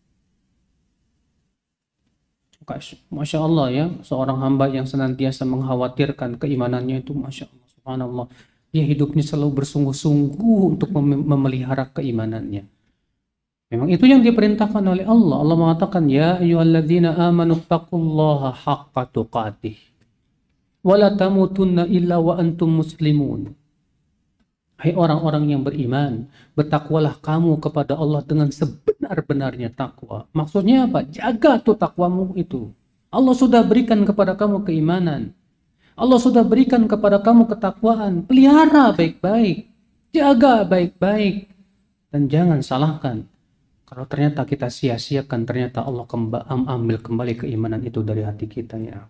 Masya Allah ya, seorang hamba yang senantiasa mengkhawatirkan keimanannya itu, Masya Allah, subhanallah. Dia hidupnya selalu bersungguh-sungguh untuk mem- memelihara keimanannya. Memang itu yang diperintahkan oleh Allah. Allah mengatakan, ya ayyuhalladzina amanu taqullaha haqqa tuqatih wa la tamutunna illa wa antum muslimun. Hai orang-orang yang beriman, bertakwalah kamu kepada Allah dengan sebenar-benarnya takwa. Maksudnya apa? Jaga tuh takwamu itu. Allah sudah berikan kepada kamu keimanan. Allah sudah berikan kepada kamu ketakwaan. Pelihara baik-baik. Jaga baik-baik. Dan jangan salahkan. Kalau ternyata kita sia-siakan, ternyata Allah kemba- ambil kembali keimanan itu dari hati kita ya.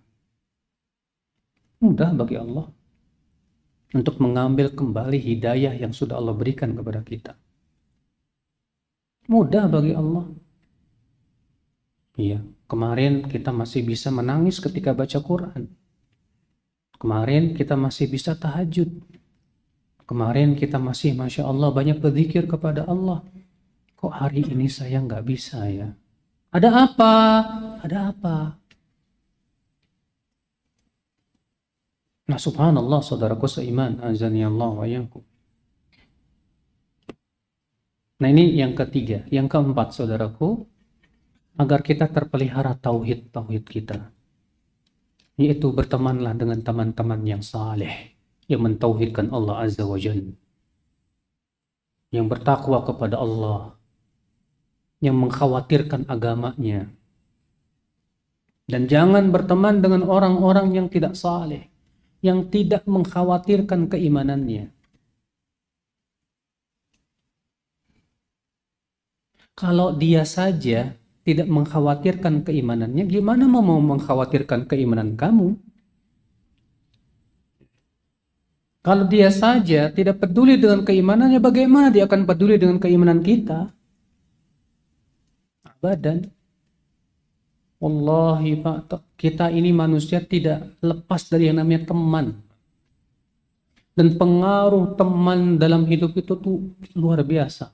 Mudah bagi Allah untuk mengambil kembali hidayah yang sudah Allah berikan kepada kita. Mudah bagi Allah. Iya, kemarin kita masih bisa menangis ketika baca Quran. Kemarin kita masih bisa tahajud. Kemarin kita masih, Masya Allah, banyak berzikir kepada Allah. Kok hari ini saya nggak bisa ya? Ada apa? Ada apa? Nah subhanallah, saudaraku seiman, azani Allah wa iyyakum. Nah ini yang ketiga. Yang keempat saudaraku, agar kita terpelihara tauhid-tauhid kita, yaitu bertemanlah dengan teman-teman yang saleh, yang mentauhidkan Allah Azza wa Jalla, yang bertakwa kepada Allah, yang mengkhawatirkan agamanya. Dan jangan berteman dengan orang-orang yang tidak saleh, yang tidak mengkhawatirkan keimanannya. Kalau dia saja tidak mengkhawatirkan keimanannya, gimana mau mengkhawatirkan keimanan kamu? Kalau dia saja tidak peduli dengan keimanannya, bagaimana dia akan peduli dengan keimanan kita? Abadan. Wallahi Pak, kita ini manusia tidak lepas dari yang namanya teman. Dan pengaruh teman dalam hidup itu tuh luar biasa.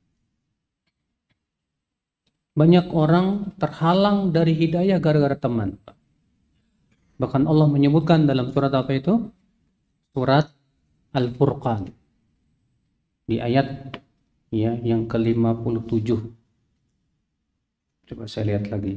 Banyak orang terhalang dari hidayah gara-gara teman. Bahkan Allah menyebutkan dalam surat apa itu? Surat Al-Furqan. Di ayat ya yang ke lima puluh tujuh. Coba saya lihat lagi.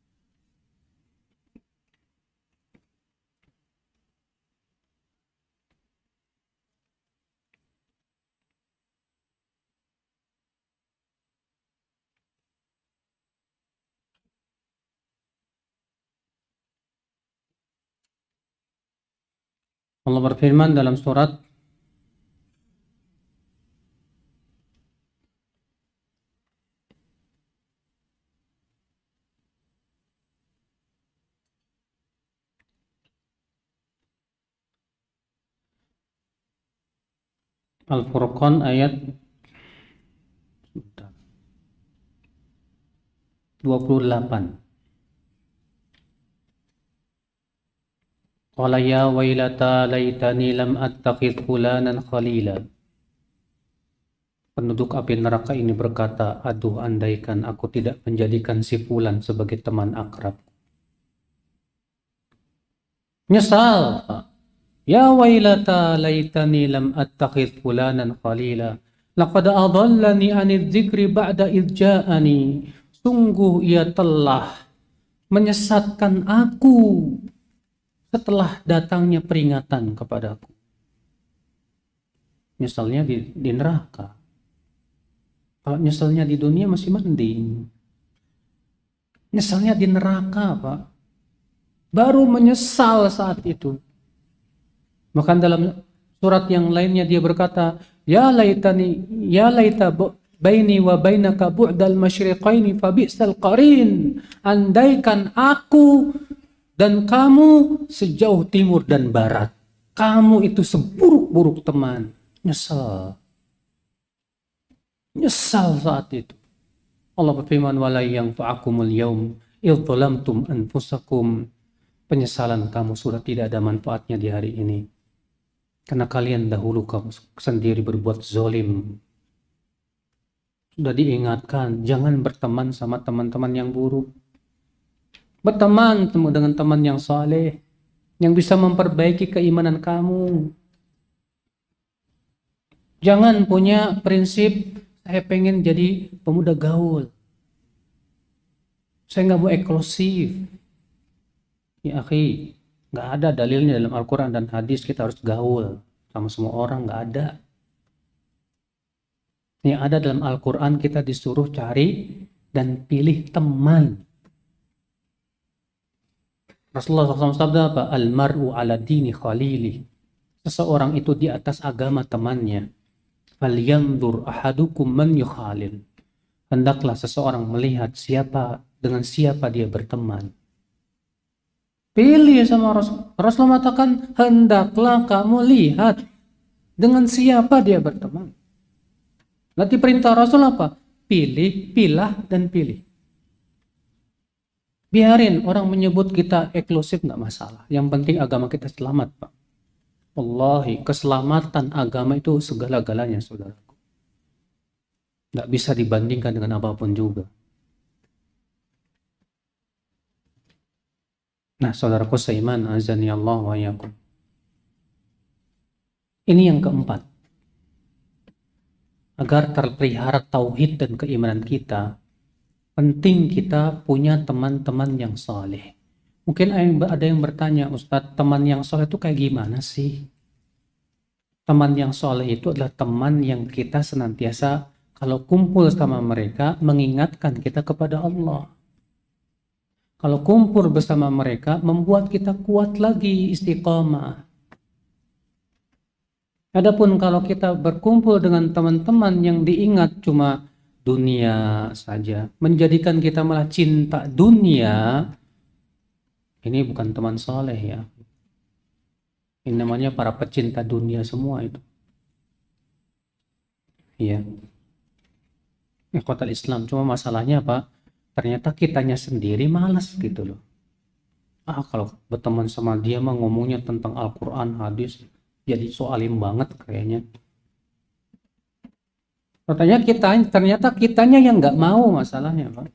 Allah berfirman dalam surat Al-Furqan ayat dua puluh delapan. Qala ya wailata laitani lam attakhidh fulanan khalila. Penduduk api neraka ini berkata, aduh andaikan aku tidak menjadikan si fulan sebagai teman akrab. Nyesal. Ya wailata laitani lam attakhidh fulanan khalila. Laqad adallani 'anidz dzikri ba'da idz ja'ani. Sungguh ia telah menyesatkan aku setelah datangnya peringatan kepadaku. Nyesalnya di, di neraka. Kalau nyesalnya di dunia masih mending. Nyesalnya di neraka, Pak. Baru menyesal saat itu. Bahkan dalam surat yang lainnya dia berkata, Ya laitani, ya laita baini wa bainaka bu'dal masyriqaini fa bi'sal qarin. Andaikan aku dan kamu sejauh timur dan barat. Kamu itu seburuk-buruk teman. Nyesal. Nyesal saat itu. Allah berfirman, wala yanfa'akumul yaum idh zalamtum anfusakum. Penyesalan kamu sudah tidak ada manfaatnya di hari ini. Karena kalian dahulu kamu sendiri berbuat zolim. Sudah diingatkan, jangan berteman sama teman-teman yang buruk. Berteman dengan teman yang saleh, yang bisa memperbaiki keimanan kamu. Jangan punya prinsip, saya pengen jadi pemuda gaul. Saya nggak mau eksklusif. Ya akhi, nggak ada dalilnya dalam Al-Quran dan hadis kita harus gaul sama semua orang, nggak ada. Yang ada dalam Al-Quran kita disuruh cari dan pilih teman. Rasulullah shallallahu alaihi wasallam sabda apa? Al-mar'u ala dini khalili. Seseorang itu di atas agama temannya. Falyanzur ahadukum man yukhalil. Hendaklah seseorang melihat siapa dengan siapa dia berteman. Pilih sama Rasul. Rasul mengatakan, hendaklah kamu lihat dengan siapa dia berteman. Nanti perintah Rasul apa? Pilih, pilah, dan pilih. Biarin orang menyebut kita eksklusif, nggak masalah. Yang penting agama kita selamat, Pak. Wallahi, keselamatan agama itu segala-galanya, saudaraku. Nggak bisa dibandingkan dengan apapun juga. Nah, saudaraku seiman, azani Allah wa yakum. Ini yang keempat. agar terpelihara tauhid dan keimanan kita, penting kita punya teman-teman yang saleh. Mungkin ada yang bertanya, Ustadz, teman yang saleh itu kayak gimana sih? Teman yang saleh itu adalah teman yang kita senantiasa kalau kumpul sama mereka mengingatkan kita kepada Allah. Kalau kumpul bersama mereka membuat kita kuat lagi istiqamah. Adapun kalau kita berkumpul dengan teman-teman yang diingat cuma dunia saja, menjadikan kita malah cinta dunia, ini bukan teman soleh ya. Ini namanya para pecinta dunia semua itu. Iya. Ikhwatal Islam, cuma masalahnya apa? Ternyata kitanya sendiri malas gitu loh. Ah, kalau berteman sama dia mah ngomongnya tentang Al-Quran, hadis, jadi so alim banget kayaknya. Ternyata kita, ternyata kitanya yang nggak mau masalahnya, Pak.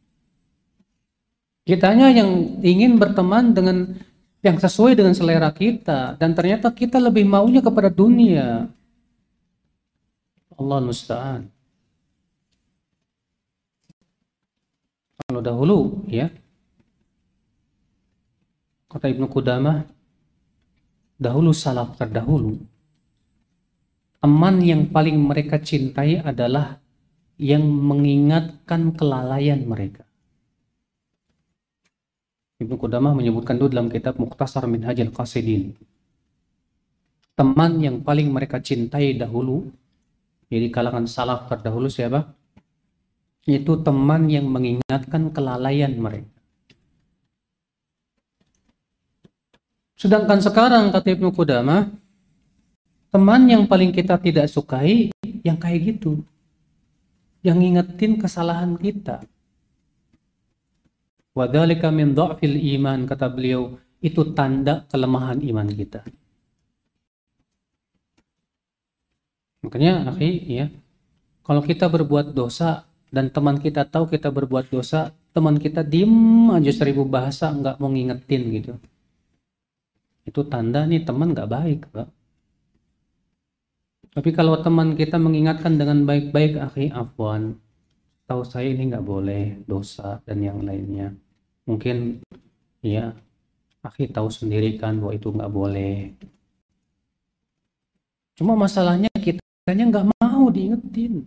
Kitanya yang ingin berteman dengan yang sesuai dengan selera kita, dan ternyata kita lebih maunya kepada dunia. Allah musta'an. Kalau dahulu, ya, kata Ibnu Qudamah, dahulu salaf terdahulu, teman yang paling mereka cintai adalah yang mengingatkan kelalaian mereka. Ibnu Qudamah menyebutkan itu dalam kitab Mukhtasar Minhajul Qasidin. Teman yang paling mereka cintai dahulu, jadi kalangan salaf terdahulu siapa? Itu teman yang mengingatkan kelalaian mereka. Sedangkan sekarang kata Ibnu Qudamah, teman yang paling kita tidak sukai yang kayak gitu, yang ngingetin kesalahan kita. Wadzalika min dha'fil iman, kata beliau, itu tanda kelemahan iman kita. Makanya akhi, ya, kalau kita berbuat dosa dan teman kita tahu kita berbuat dosa, teman kita diem aja seribu bahasa nggak mau ngingetin gitu, itu tanda nih teman nggak baik, Pak. Tapi kalau teman kita mengingatkan dengan baik-baik, akhi, afwan, tahu saya ini nggak boleh, dosa dan yang lainnya. Mungkin ya akhi tahu sendiri kan bahwa itu nggak boleh. Cuma masalahnya kitanya nggak mau diingetin.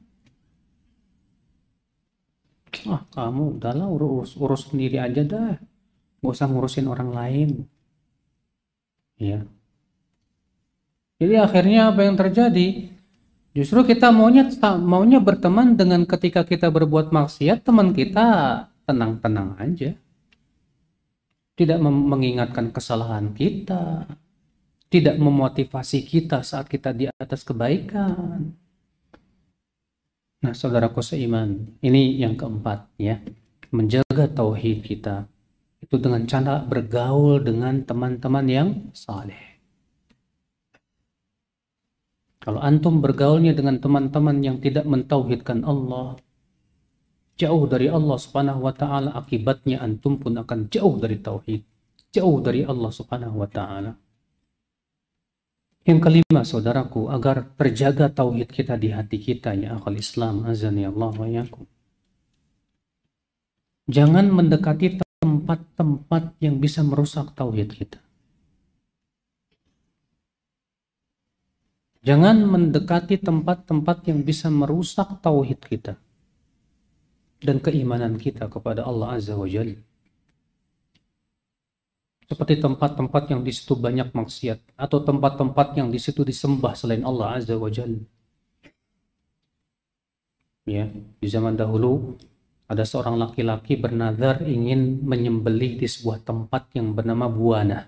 Ah, kamu udahlah urus urus sendiri aja dah, nggak usah ngurusin orang lain. Ya. Jadi akhirnya apa yang terjadi? Justru kita maunya maunya berteman dengan ketika kita berbuat maksiat, teman kita tenang-tenang aja. Tidak mengingatkan kesalahan kita, tidak memotivasi kita saat kita di atas kebaikan. Nah, saudaraku seiman, ini yang keempat ya, menjaga tauhid kita itu dengan cara bergaul dengan teman-teman yang saleh. Kalau antum bergaulnya dengan teman-teman yang tidak mentauhidkan Allah, jauh dari Allah Subhanahu wa taala, akibatnya antum pun akan jauh dari tauhid, jauh dari Allah Subhanahu wa taala. Yang kelima, saudaraku, agar terjaga tauhid kita di hati kita, ya akhal Islam, azani Allah wa yakum. Jangan mendekati tempat-tempat yang bisa merusak tauhid kita. Jangan mendekati tempat-tempat yang bisa merusak tauhid kita dan keimanan kita kepada Allah Azza wa Jalla. Seperti tempat-tempat yang di situ banyak maksiat, atau tempat-tempat yang di situ disembah selain Allah Azza wa Jalla. Ya, di zaman dahulu ada seorang laki-laki bernazar ingin menyembelih di sebuah tempat yang bernama Buana.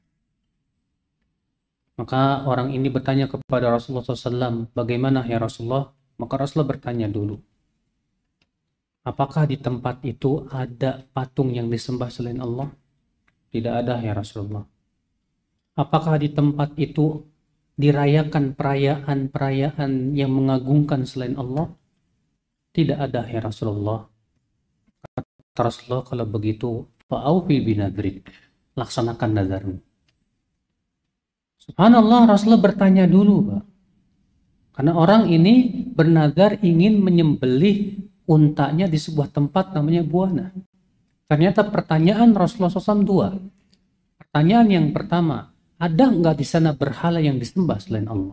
Maka orang ini bertanya kepada Rasulullah shallallahu alaihi wasallam, bagaimana ya Rasulullah? Maka Rasulullah bertanya dulu, apakah di tempat itu ada patung yang disembah selain Allah? Tidak ada ya Rasulullah. Apakah di tempat itu dirayakan perayaan-perayaan yang mengagungkan selain Allah? Tidak ada ya Rasulullah. Kata Rasulullah, kalau begitu fa'aufi binadrik, laksanakan nazarmu. Subhanallah, Rasulullah bertanya dulu, Pak. Karena orang ini bernadar ingin menyembelih untanya di sebuah tempat namanya Buana. Ternyata pertanyaan Rasulullah shallallahu alaihi wasallam dua. Pertanyaan yang pertama, ada nggak di sana berhala yang disembah selain Allah?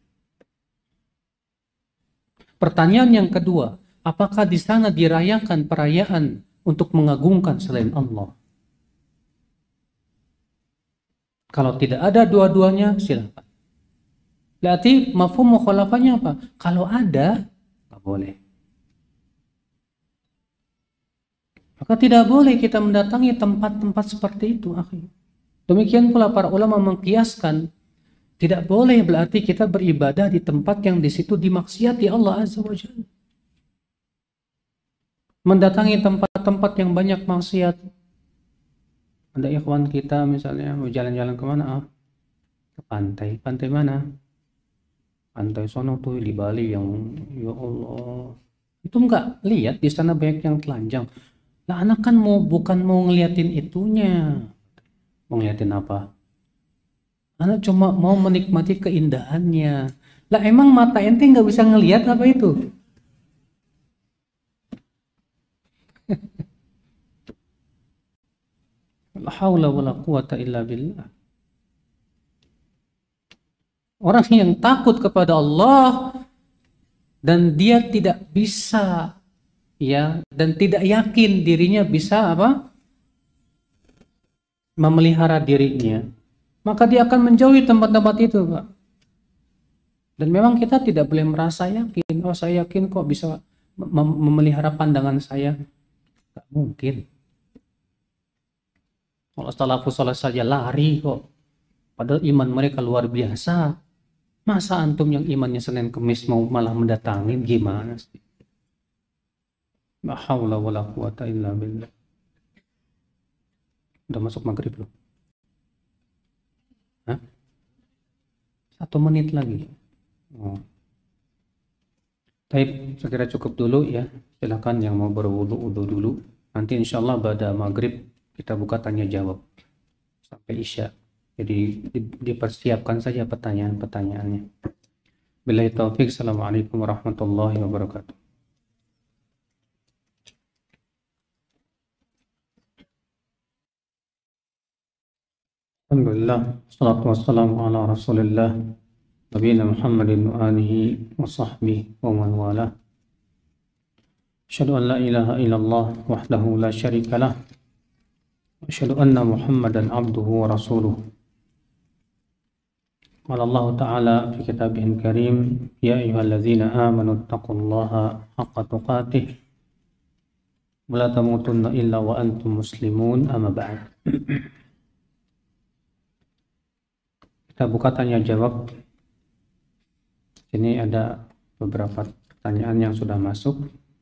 Pertanyaan yang kedua, apakah di sana dirayakan perayaan untuk mengagungkan selain Allah? Kalau tidak ada dua-duanya, silakan. Berarti mafhum mukhalafahnya apa? Kalau ada, nggak boleh. Maka tidak boleh kita mendatangi tempat-tempat seperti itu, akhi. Demikian pula para ulama mengkiaskan, tidak boleh berarti kita beribadah di tempat yang di situ dimaksiati Allah Azza wa Jalla. Mendatangi tempat-tempat yang banyak maksiat. Ada ikhwan kita misalnya mau jalan-jalan kemana? Ah, ke pantai. Pantai mana? Pantai sono tuh di Bali yang, ya Allah. Itu enggak lihat di sana banyak yang telanjang. Nah, anak kan mau bukan mau ngeliatin itunya. Mau ngeliatin apa? Anak cuma mau menikmati keindahannya. Lah emang mata ente nggak bisa ngelihat apa itu? La haula wala quwata illa billah. Orang yang takut kepada Allah dan dia tidak bisa, ya, dan tidak yakin dirinya bisa apa? Memelihara dirinya, maka dia akan menjauhi tempat-tempat itu, Pak. Dan memang kita tidak boleh merasa yakin, oh saya yakin kok bisa mem- memelihara pandangan saya. Gak mungkin. Kalau salafus saleh saja lari kok, padahal iman mereka luar biasa. Masa antum yang imannya Senin Kemis mau malah mendatangin, gimana sih? La haula wala quwata illa billah. Udah masuk maghrib loh. Hah? Satu menit lagi. Oh. Baik, saya kira cukup dulu ya. Silakan yang mau berwudu wudu dulu. Nanti insya Allah pada maghrib kita buka tanya jawab sampai isya. Jadi di- dipersiapkan saja pertanyaan-pertanyaannya. Billahi taufik. Assalamualaikum warahmatullahi wabarakatuh. Alhamdulillah, salatu wassalamu ala rasulillah, nabiyina Muhammadin wa alihi wa sahbihi wa man wala. Asyhadu an la ilaha illallah wahdahu la syarika lah. Asyhadu anna Muhammadan abduhu wa rasuluh. Qala Allah Ta'ala fi kitabihil karim, ya ayyuhalladzina amanu taqullaha haqqa tuqatih wa la tamutunna illa wa antum muslimun, amma ba'd. Kita buka tanya jawab. Ini ada beberapa pertanyaan yang sudah masuk.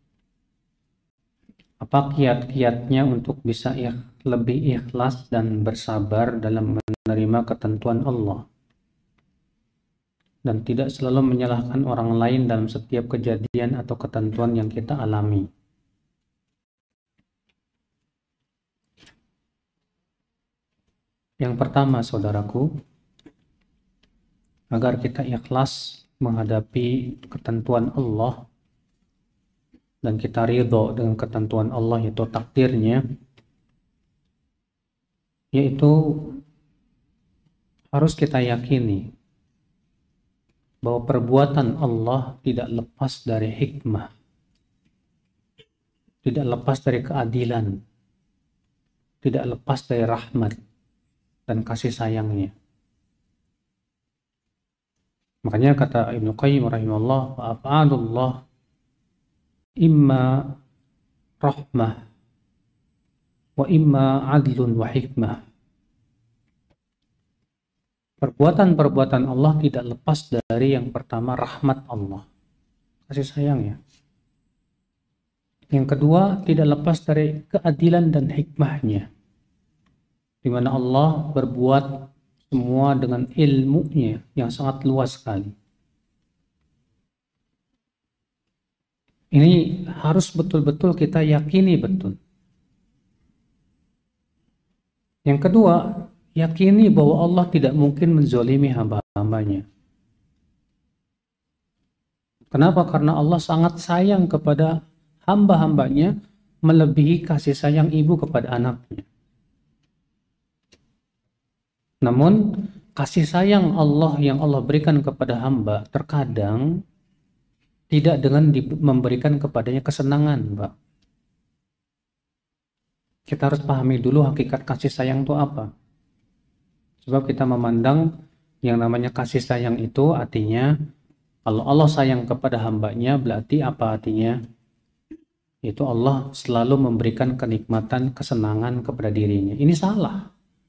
Apa kiat-kiatnya untuk bisa ikh, lebih ikhlas dan bersabar dalam menerima ketentuan Allah dan tidak selalu menyalahkan orang lain dalam setiap kejadian atau ketentuan yang kita alami? Yang pertama, saudaraku, agar kita ikhlas menghadapi ketentuan Allah dan kita ridho dengan ketentuan Allah, yaitu takdirnya, yaitu harus kita yakini bahwa perbuatan Allah tidak lepas dari hikmah, tidak lepas dari keadilan, tidak lepas dari rahmat dan kasih sayangnya. Makanya kata Ibnu Qayyim rahimahullah, af'alullah imma rahmah wa imma adlun wa hikmah. Perbuatan-perbuatan Allah tidak lepas dari yang pertama rahmat Allah, kasih sayangnya. Yang kedua, tidak lepas dari keadilan dan hikmahnya, di mana Allah berbuat semua dengan ilmunya yang sangat luas sekali. Ini harus betul-betul kita yakini betul. Yang kedua, yakini bahwa Allah tidak mungkin menzolimi hamba-hambanya. Kenapa? Karena Allah sangat sayang kepada hamba-hambanya melebihi kasih sayang ibu kepada anaknya. Namun kasih sayang Allah yang Allah berikan kepada hamba terkadang tidak dengan memberikan kepadanya kesenangan, Mbak. Kita harus pahami dulu hakikat kasih sayang itu apa. Sebab kita memandang yang namanya kasih sayang itu artinya kalau Allah sayang kepada hambanya berarti apa artinya? Itu Allah selalu memberikan kenikmatan, kesenangan kepada dirinya. Ini salah.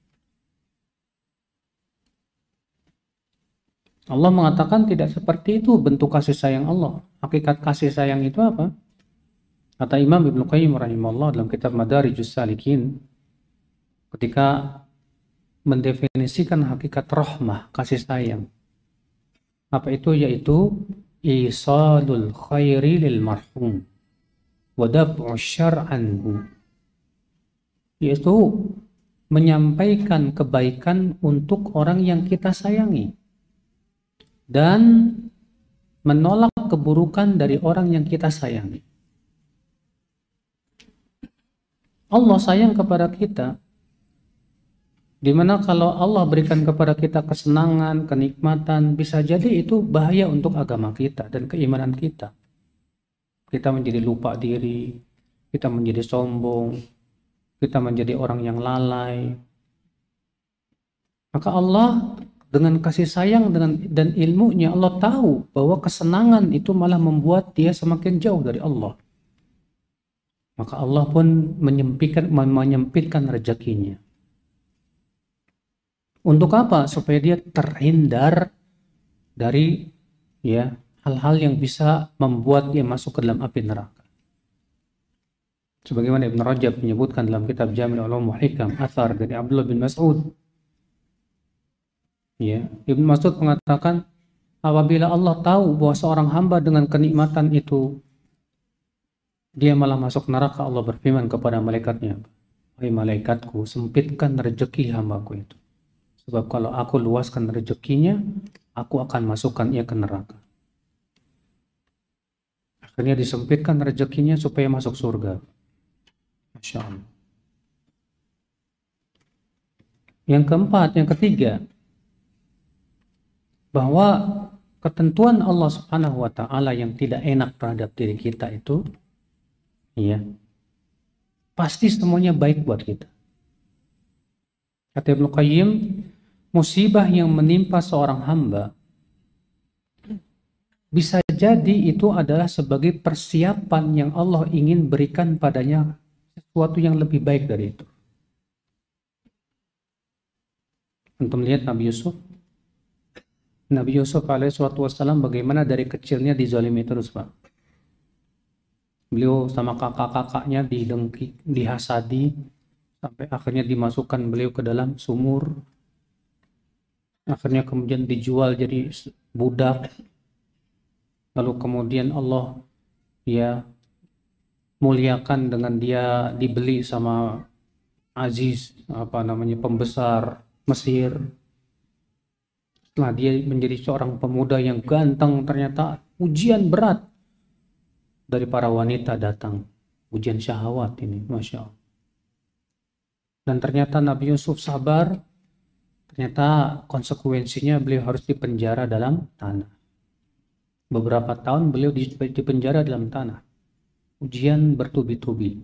Allah mengatakan tidak seperti itu bentuk kasih sayang Allah. Hakikat kasih sayang itu apa? Kata Imam Ibnu Qayyim rahimahullah dalam kitab Madarijus Salikin, ketika mendefinisikan hakikat rahmah, kasih sayang. Apa itu? Yaitu isalul khairi lil marhum wa daf'u syar'anhu. Yaitu menyampaikan kebaikan untuk orang yang kita sayangi dan menolak keburukan dari orang yang kita sayangi. Allah sayang kepada kita, dimana kalau Allah berikan kepada kita kesenangan, kenikmatan, bisa jadi itu bahaya untuk agama kita dan keimanan kita. Kita menjadi lupa diri, kita menjadi sombong, kita menjadi orang yang lalai. Maka Allah dengan kasih sayang dengan dan ilmunya, Allah tahu bahwa kesenangan itu malah membuat dia semakin jauh dari Allah. Maka Allah pun menyempitkan, menyempitkan rezekinya. Untuk apa? Supaya dia terhindar dari ya hal-hal yang bisa membuat dia masuk ke dalam api neraka. Sebagaimana Ibn Rajab menyebutkan dalam kitab Jami' Ulum wa Hikam, athar dari Abdullah bin Mas'ud. Ya, Ibn Mas'ud mengatakan, apabila Allah tahu bahwa seorang hamba dengan kenikmatan itu dia malah masuk neraka, Allah berfirman kepada malaikatnya, "Wahai malaikatku, sempitkan rezeki hambaku itu. Sebab kalau aku luaskan rezekinya, aku akan masukkan ia ke neraka." Akhirnya disempitkan rezekinya supaya masuk surga. Masya Allah. Yang keempat, yang ketiga, bahwa ketentuan Allah Subhanahu wa Ta'ala yang tidak enak terhadap diri kita itu, ya, pasti semuanya baik buat kita. Kata Ibnu Qayyim, musibah yang menimpa seorang hamba bisa jadi itu adalah sebagai persiapan yang Allah ingin berikan padanya sesuatu yang lebih baik dari itu. Untuk melihat Nabi Yusuf, Nabi Yusuf alaihissalam bagaimana dari kecilnya dizalimi terus, Pak. Beliau sama kakak-kakaknya didengki, dihasadi, sampai akhirnya dimasukkan beliau ke dalam sumur. Akhirnya kemudian dijual jadi budak. Lalu kemudian Allah ya muliakan dengan dia dibeli sama Aziz, apa namanya, pembesar Mesir. Setelah dia menjadi seorang pemuda yang ganteng, ternyata ujian berat dari para wanita datang. Ujian syahwat ini, Masya Allah. Dan ternyata Nabi Yusuf sabar. Ternyata konsekuensinya beliau harus dipenjara dalam tanah. Beberapa tahun beliau dipenjara dalam tanah. Ujian bertubi-tubi.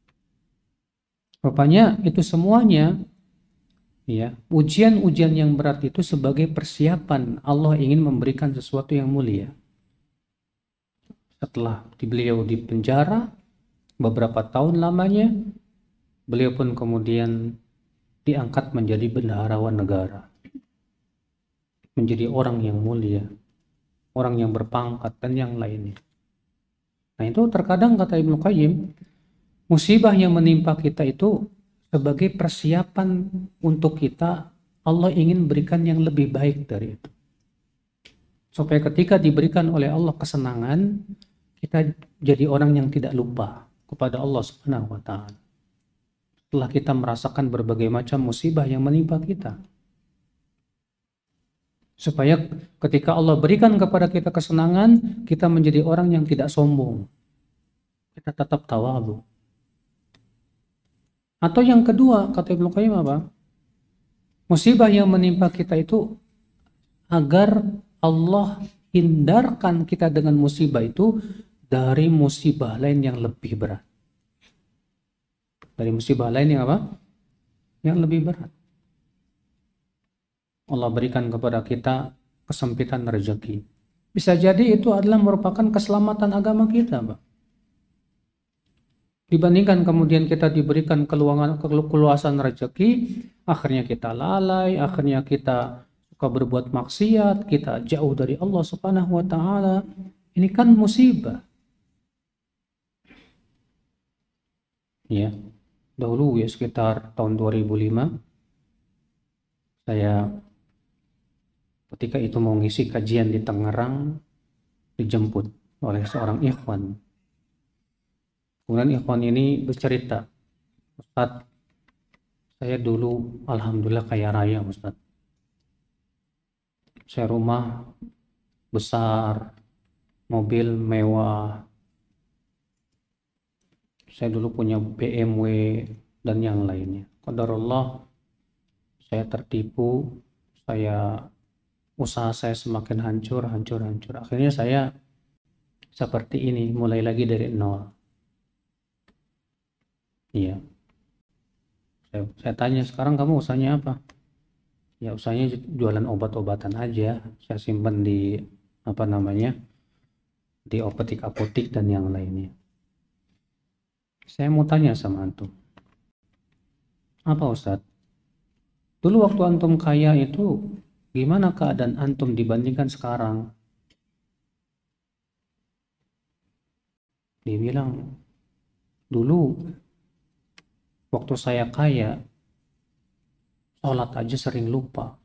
Rupanya itu semuanya, ya, ujian-ujian yang berat itu sebagai persiapan Allah ingin memberikan sesuatu yang mulia. Setelah beliau dipenjara beberapa tahun lamanya, beliau pun kemudian diangkat menjadi bendaharawan negara, menjadi orang yang mulia, orang yang berpangkat dan yang lainnya. Nah itu terkadang kata Ibnu Qayyim, musibah yang menimpa kita itu sebagai persiapan untuk kita, Allah ingin berikan yang lebih baik dari itu. Supaya ketika diberikan oleh Allah kesenangan, kita jadi orang yang tidak lupa kepada Allah Subhanahu wa Ta'ala. Setelah kita merasakan berbagai macam musibah yang menimpa kita. Supaya ketika Allah berikan kepada kita kesenangan, kita menjadi orang yang tidak sombong. Kita tetap tawadhu. Atau yang kedua, kata Ibnu Qayyim apa? Musibah yang menimpa kita itu agar Allah hindarkan kita dengan musibah itu dari musibah lain yang lebih berat. Dari musibah lain yang apa? Yang lebih berat. Allah berikan kepada kita kesempitan rezeki. Bisa jadi itu adalah merupakan keselamatan agama kita, Pak. Dibandingkan kemudian kita diberikan keluangan, keluasan rezeki, akhirnya kita lalai, akhirnya kita suka berbuat maksiat, kita jauh dari Allah Subhanahu wa taala. Ini kan musibah. Ya. Dahulu ya sekitar tahun dua ribu lima saya ketika itu mau ngisi kajian di Tangerang, dijemput oleh seorang ikhwan. Kemudian ikhwan ini bercerita, Ustadz, saya dulu alhamdulillah kaya raya Ustadz. Saya rumah besar, mobil mewah. Saya dulu punya B M W dan yang lainnya. Qadarullah, saya tertipu, saya usaha saya semakin hancur, hancur, hancur. Akhirnya saya seperti ini, mulai lagi dari nol. Iya. Saya, saya tanya, sekarang kamu usahanya apa? Ya usahanya jualan obat-obatan aja. Saya simpan di apa namanya, di apotik-apotik dan yang lainnya. Saya mau tanya sama antum. Apa Ustadz? Dulu waktu antum kaya itu gimana keadaan antum dibandingkan sekarang? Dia bilang, dulu waktu saya kaya, sholat aja sering lupa.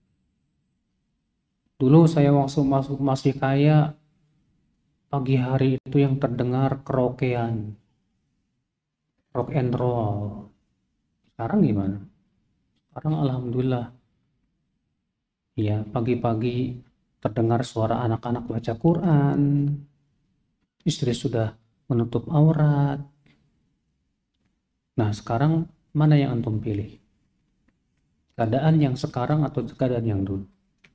Dulu saya waktu masuk masih kaya, pagi hari itu yang terdengar kerokean, rock and roll. Sekarang gimana? Sekarang alhamdulillah, ya pagi-pagi terdengar suara anak-anak baca Quran, istri sudah menutup aurat. Nah sekarang mana yang antum pilih? Keadaan yang sekarang atau keadaan yang dulu?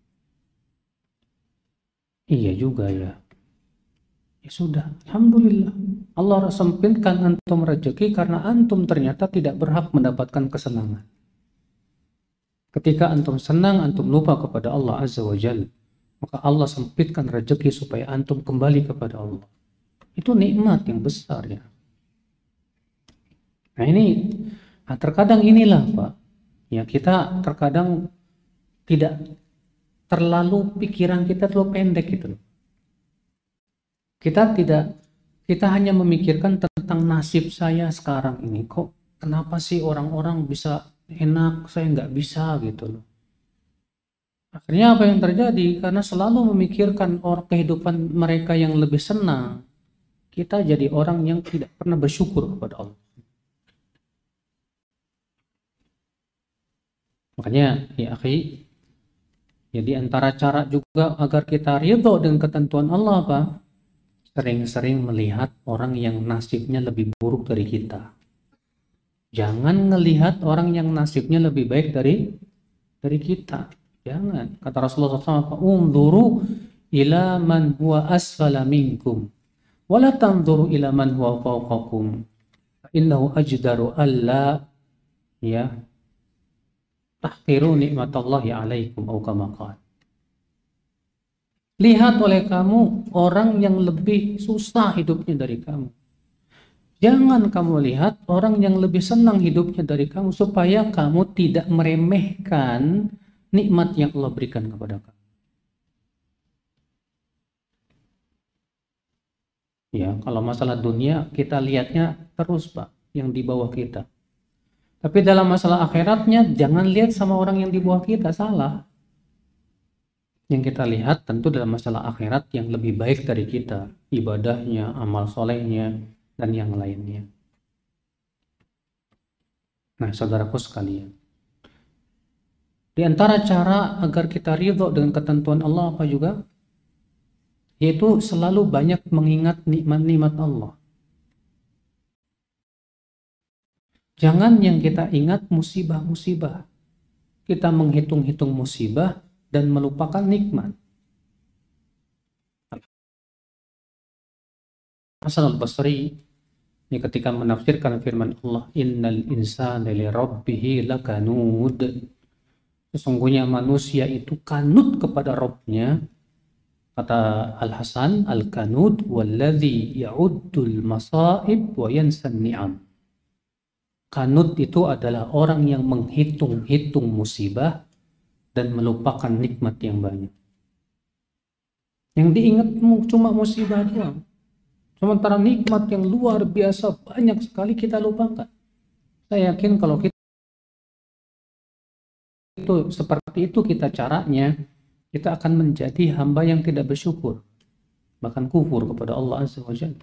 Iya juga ya. Ya sudah, alhamdulillah. Allah sempitkan antum rezeki karena antum ternyata tidak berhak mendapatkan kesenangan. Ketika antum senang, antum lupa kepada Allah Azza wa Jalla, maka Allah sempitkan rezeki supaya antum kembali kepada Allah. Itu nikmat yang besar ya. Nah ini, nah terkadang inilah Pak, ya kita terkadang tidak terlalu, pikiran kita terlalu pendek gitu. Kita tidak, kita hanya memikirkan tentang nasib saya sekarang ini. Kok kenapa sih orang-orang bisa enak, saya nggak bisa gitu loh. Akhirnya apa yang terjadi? Karena selalu memikirkan orang kehidupan mereka yang lebih senang, kita jadi orang yang tidak pernah bersyukur kepada Allah. Makanya ya akhi, jadi antara cara juga agar kita ridho dengan ketentuan Allah apa? Sering-sering melihat orang yang nasibnya lebih buruk dari kita. Jangan ngelihat orang yang nasibnya lebih baik dari dari kita. Jangan. Kata Rasulullah shallallahu alaihi wasallam, "Unduru ila man huwa asfala minkum, wa la tanzuru ila man huwa fawqakum. Innahu ajdaru alla ya tahqiru nikmatallahi alaikum au kama qala." Lihat oleh kamu orang yang lebih susah hidupnya dari kamu. Jangan kamu lihat orang yang lebih senang hidupnya dari kamu, supaya kamu tidak meremehkan nikmat yang Allah berikan kepada kamu. Ya, kalau masalah dunia kita lihatnya terus Pak, yang di bawah kita. Tapi dalam masalah akhiratnya jangan lihat sama orang yang di bawah kita, salah. Yang kita lihat tentu dalam masalah akhirat yang lebih baik dari kita, ibadahnya, amal solehnya, dan yang lainnya. Nah saudaraku sekalian, Di antara cara agar kita ridho dengan ketentuan Allah apa juga? Yaitu selalu banyak mengingat nikmat-nikmat Allah. Jangan yang kita ingat musibah-musibah. Kita menghitung-hitung musibah dan melupakan nikmat. Hasan al-Basri ini ketika menafsirkan firman Allah, innal insana li rabbih lakanud. Sesungguhnya manusia itu kanut kepada Rabbnya. Kata Al-Hasan, al-kanud walladhi ya'uddul masaib wa yansan ni'am. Kanut itu adalah orang yang menghitung-hitung musibah dan melupakan nikmat yang banyak. Yang diingat cuma musibah doang. Sementara nikmat yang luar biasa banyak sekali kita lupakan. Saya yakin kalau kita itu seperti itu kita caranya, kita akan menjadi hamba yang tidak bersyukur, bahkan kufur kepada Allah Azza wa Jalla.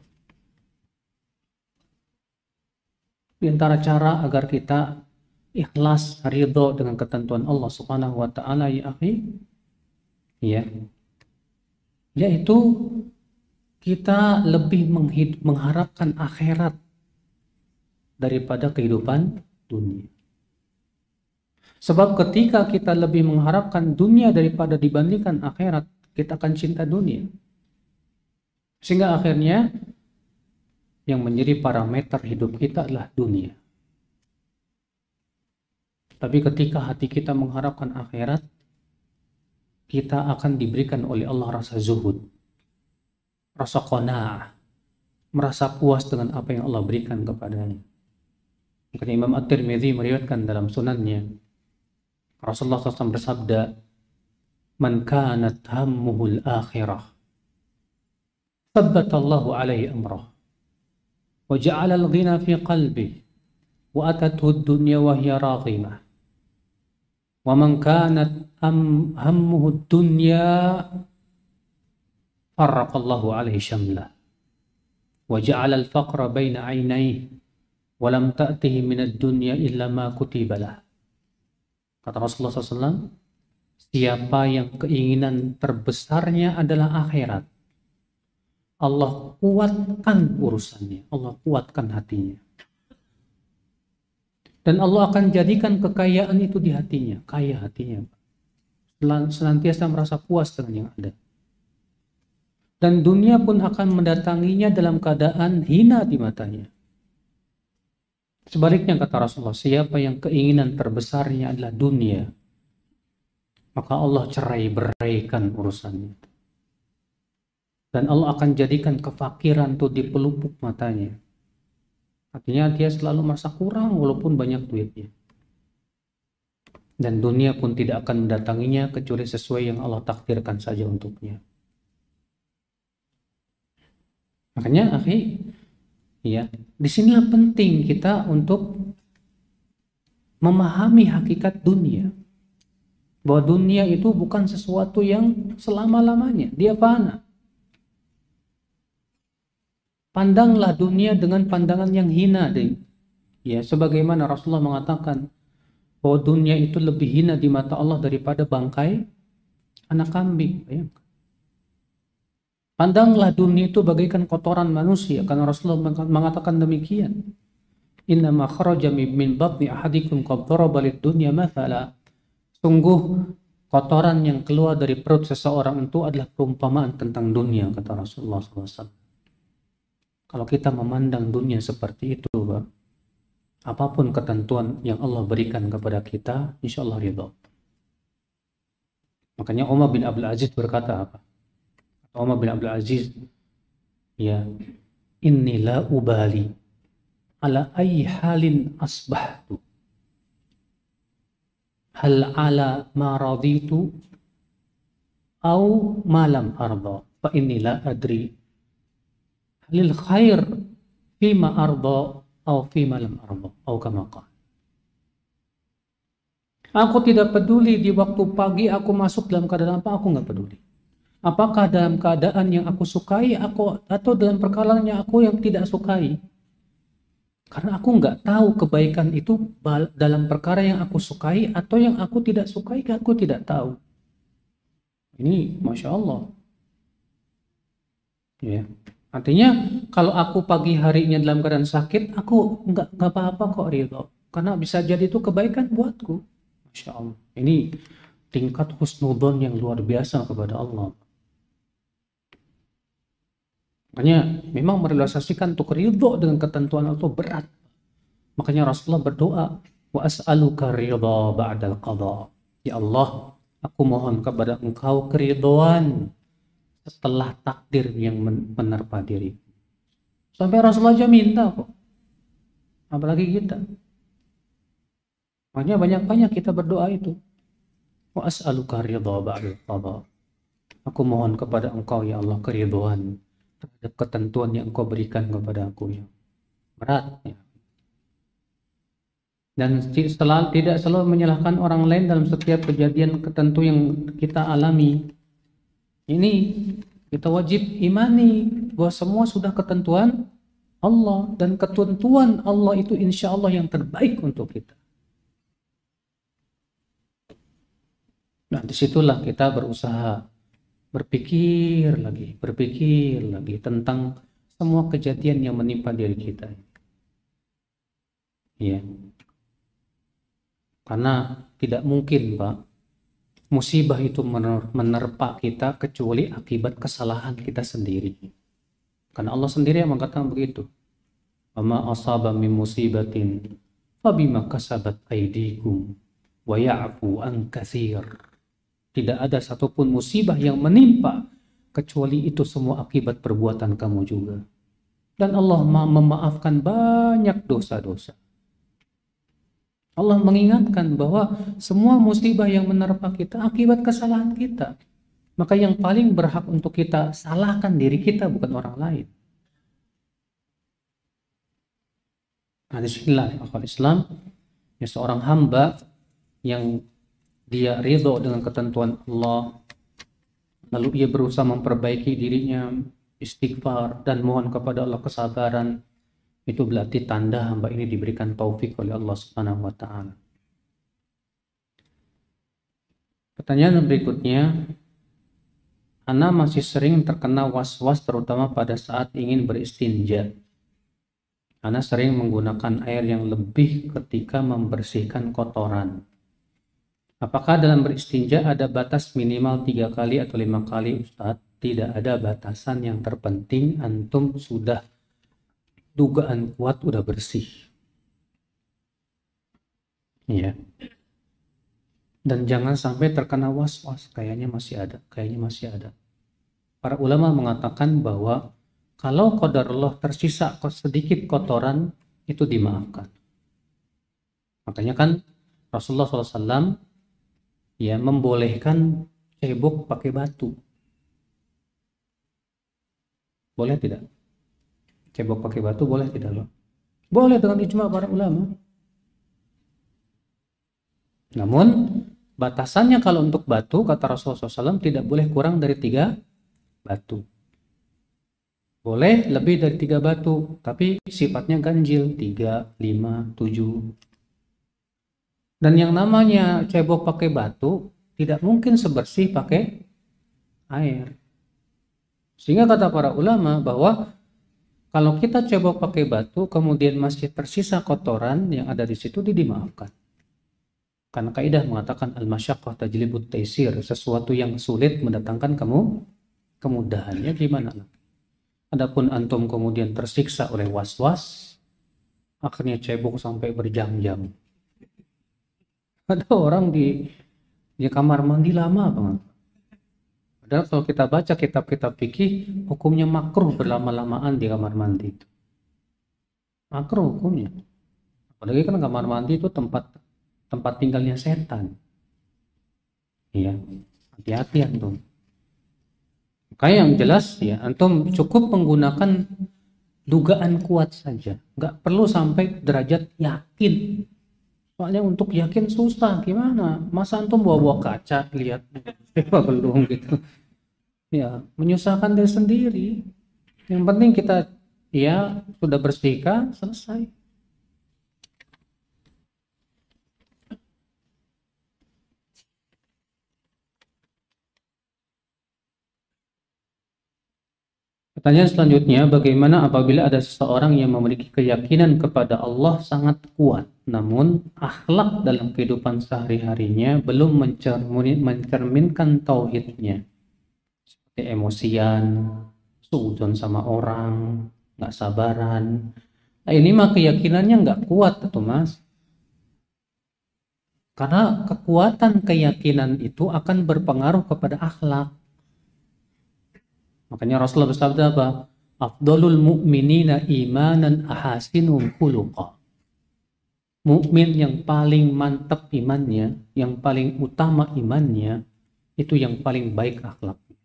Di antara cara agar kita ikhlas ridho dengan ketentuan Allah Subhanahu wa taala ya akhi, ya, yaitu kita lebih mengharapkan akhirat daripada kehidupan dunia. Sebab ketika kita lebih mengharapkan dunia daripada dibandingkan akhirat, kita akan cinta dunia. Sehingga akhirnya yang menjadi parameter hidup kita adalah dunia. Tapi ketika hati kita mengharapkan akhirat, kita akan diberikan oleh Allah rasa zuhud, rasa qanaah, merasa puas dengan apa yang Allah berikan kepadanya. Maka Imam At-Tirmidzi meriwayatkan dalam sunannya, Rasulullah shallallahu alaihi wasallam bersabda, "Man kanat hammuhul akhirah, thabbatallahu alaihi amrah, wa ja'ala al-ghina fi qalbihi, wa atathu ad-dunya wa hiya raghimah. Wa man kanat hammuhu ad-dunya, farraqallahu alaihi shamlah, wa ja'ala al-faqra baina 'ainayhi, wa lam ta'tihi min ad-dunya illa ma kutiba lah." Kata Rasulullah shallallahu alaihi wasallam, siapa yang keinginan terbesarnya adalah akhirat, Allah kuatkan urusannya, Allah kuatkan hatinya. Dan Allah akan jadikan kekayaan itu di hatinya, kaya hatinya. Senantiasa merasa puas dengan yang ada. Dan dunia pun akan mendatanginya dalam keadaan hina di matanya. Sebaliknya kata Rasulullah, siapa yang keinginan terbesarnya adalah dunia, maka Allah cerai beraikan urusannya. Dan Allah akan jadikan kefakiran itu di pelupuk matanya. Artinya dia selalu merasa kurang walaupun banyak duitnya. Dan dunia pun tidak akan mendatanginya kecuali sesuai yang Allah takdirkan saja untuknya. Makanya akhi, ya, disinilah penting kita untuk memahami hakikat dunia. Bahwa dunia itu bukan sesuatu yang selama-lamanya, dia fana. Pandanglah dunia dengan pandangan yang hina deh. Ya, sebagaimana Rasulullah mengatakan bahwa dunia itu lebih hina di mata Allah daripada bangkai anak kambing. Bayangkan. Pandanglah dunia itu bagaikan kotoran manusia, karena Rasulullah mengatakan demikian. Innama kharaja min batni ahadikum qad daraba lid-dunya mathala. Sungguh kotoran yang keluar dari perut seseorang itu adalah perumpamaan tentang dunia, kata Rasulullah shallallahu alaihi wasallam. Kalau kita memandang dunia seperti itu, Pak, apapun ketentuan yang Allah berikan kepada kita, insya Allah ridho. Makanya Umar bin Abdul Aziz berkata apa? Umar bin Abdul Aziz, ya, inni la ubali ala ayyi halin asbahtu, hal ala ma raditu au ma lam arda, fa inni la adri lil khair fima arda atau fima lam arda atau kama qala. Aku tidak peduli di waktu pagi aku masuk dalam keadaan apa, aku nggak peduli. Apakah dalam keadaan yang aku sukai aku atau dalam perkara yang aku yang tidak sukai. Karena aku nggak tahu kebaikan itu dalam perkara yang aku sukai atau yang aku tidak sukai, aku tidak tahu. Ini Masya Allah. Ya. Artinya kalau aku pagi harinya dalam keadaan sakit, aku nggak nggak apa-apa kok ridho. Karena bisa jadi itu kebaikan buatku. Masya Allah. Ini tingkat husnudzon yang luar biasa kepada Allah. Makanya memang merealisasikan untuk ridho dengan ketentuan Allah berat. Makanya Rasulullah berdoa, wa as'aluka ridha ba'dal qadha. Ya Allah, aku mohon kepada Engkau keridhaan setelah takdir yang menerpa diri. Sampai Rasulullah aja minta kok. Apalagi kita. Makanya banyak-banyak kita berdoa itu. Wa as'aluka ridha ba'dal qadha. Aku mohon kepada Engkau ya Allah keridhaan terhadap ketentuan yang Engkau berikan kepada aku ya. Berat ya. Dan setelah, tidak selalu menyalahkan orang lain dalam setiap kejadian tertentu yang kita alami. Ini kita wajib imani bahwa semua sudah ketentuan Allah, dan ketentuan Allah itu insya Allah yang terbaik untuk kita. Nah, disitulah kita berusaha berpikir lagi, berpikir lagi tentang semua kejadian yang menimpa diri kita. Ya. Karena tidak mungkin, Pak, musibah itu menerpa kita kecuali akibat kesalahan kita sendiri. Karena Allah sendiri yang mengatakan begitu. Wa asaba min musibatin fabima kasabat aydikum wa ya'fu an katsir. Tidak ada satupun musibah yang menimpa kecuali itu semua akibat perbuatan kamu juga. Dan Allah memaafkan banyak dosa-dosa. Allah mengingatkan bahwa semua musibah yang menerpa kita akibat kesalahan kita. Maka yang paling berhak untuk kita salahkan diri kita, bukan orang lain. Nah, disinilah akal Islam, ya, seorang hamba yang dia ridho dengan ketentuan Allah, lalu ia berusaha memperbaiki dirinya, istighfar dan mohon kepada Allah kesabaran. Itu berarti tanda hamba ini diberikan taufik oleh Allah Subhanahu wa taala. Pertanyaan berikutnya, ana masih sering terkena was-was terutama pada saat ingin beristinja. Ana sering menggunakan air yang lebih ketika membersihkan kotoran. Apakah dalam beristinja ada batas minimal tiga kali atau lima kali, Ustadz? Tidak ada batasan, yang terpenting antum sudah dugaan kuat udah bersih. Iya. Dan jangan sampai terkena was-was, kayaknya masih ada, kayaknya masih ada. Para ulama mengatakan bahwa kalau qadarullah tersisa sedikit kotoran, itu dimaafkan. Makanya kan Rasulullah shallallahu alaihi wasallam ya membolehkan cebok pakai batu. Boleh tidak? Cebok pakai batu boleh tidak, Pak? Boleh dengan ijma para ulama. Namun batasannya kalau untuk batu, kata Rasulullah shallallahu alaihi wasallam, tidak boleh kurang dari tiga batu. Boleh lebih dari tiga batu, tapi sifatnya ganjil, tiga, lima, tujuh. Dan yang namanya cebok pakai batu tidak mungkin sebersih pakai air. Sehingga kata para ulama bahwa kalau kita cebok pakai batu, kemudian masih tersisa kotoran yang ada di situ, dimaafkan. Karena kaidah mengatakan al-masyaqqah tajlibut taisir, sesuatu yang sulit mendatangkan kamu kemudahannya gimana? Adapun antum kemudian tersiksa oleh was-was, akhirnya cebok sampai berjam-jam. Ada orang di di kamar mandi lama banget. Padahal kalau kita baca kitab-kitab fikih, hukumnya makruh berlama-lamaan di kamar mandi. Makruh hukumnya. Apalagi kan kamar mandi itu tempat tempat tinggalnya setan. Iya, hati-hati antum. Kayak yang jelas ya, antum cukup menggunakan dugaan kuat saja. Nggak perlu sampai derajat yakin. Soalnya untuk yakin susah, gimana? Masa antum bawa-bawa kaca lihat apa belum gitu. Ya, menyusahkan diri sendiri. Yang penting kita ya sudah bersihkan, selesai. Pertanyaan selanjutnya, bagaimana apabila ada seseorang yang memiliki keyakinan kepada Allah sangat kuat, namun akhlak dalam kehidupan sehari-harinya belum mencermin- mencerminkan tauhidnya, seperti emosian, suudzon sama orang, nggak sabaran. Nah, ini mah keyakinannya nggak kuat tuh mas. Karena kekuatan keyakinan itu akan berpengaruh kepada akhlak. Makanya Rasulullah bersabda apa? Afdalul mu'minina imanan ahasinum khuluqa. Mukmin yang paling mantap imannya, yang paling utama imannya, itu yang paling baik akhlaknya.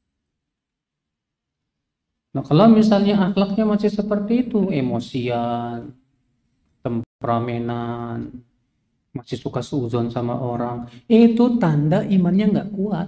Nah, kalau misalnya akhlaknya masih seperti itu, emosian, temperamenan, masih suka suuzon sama orang, itu tanda imannya nggak kuat.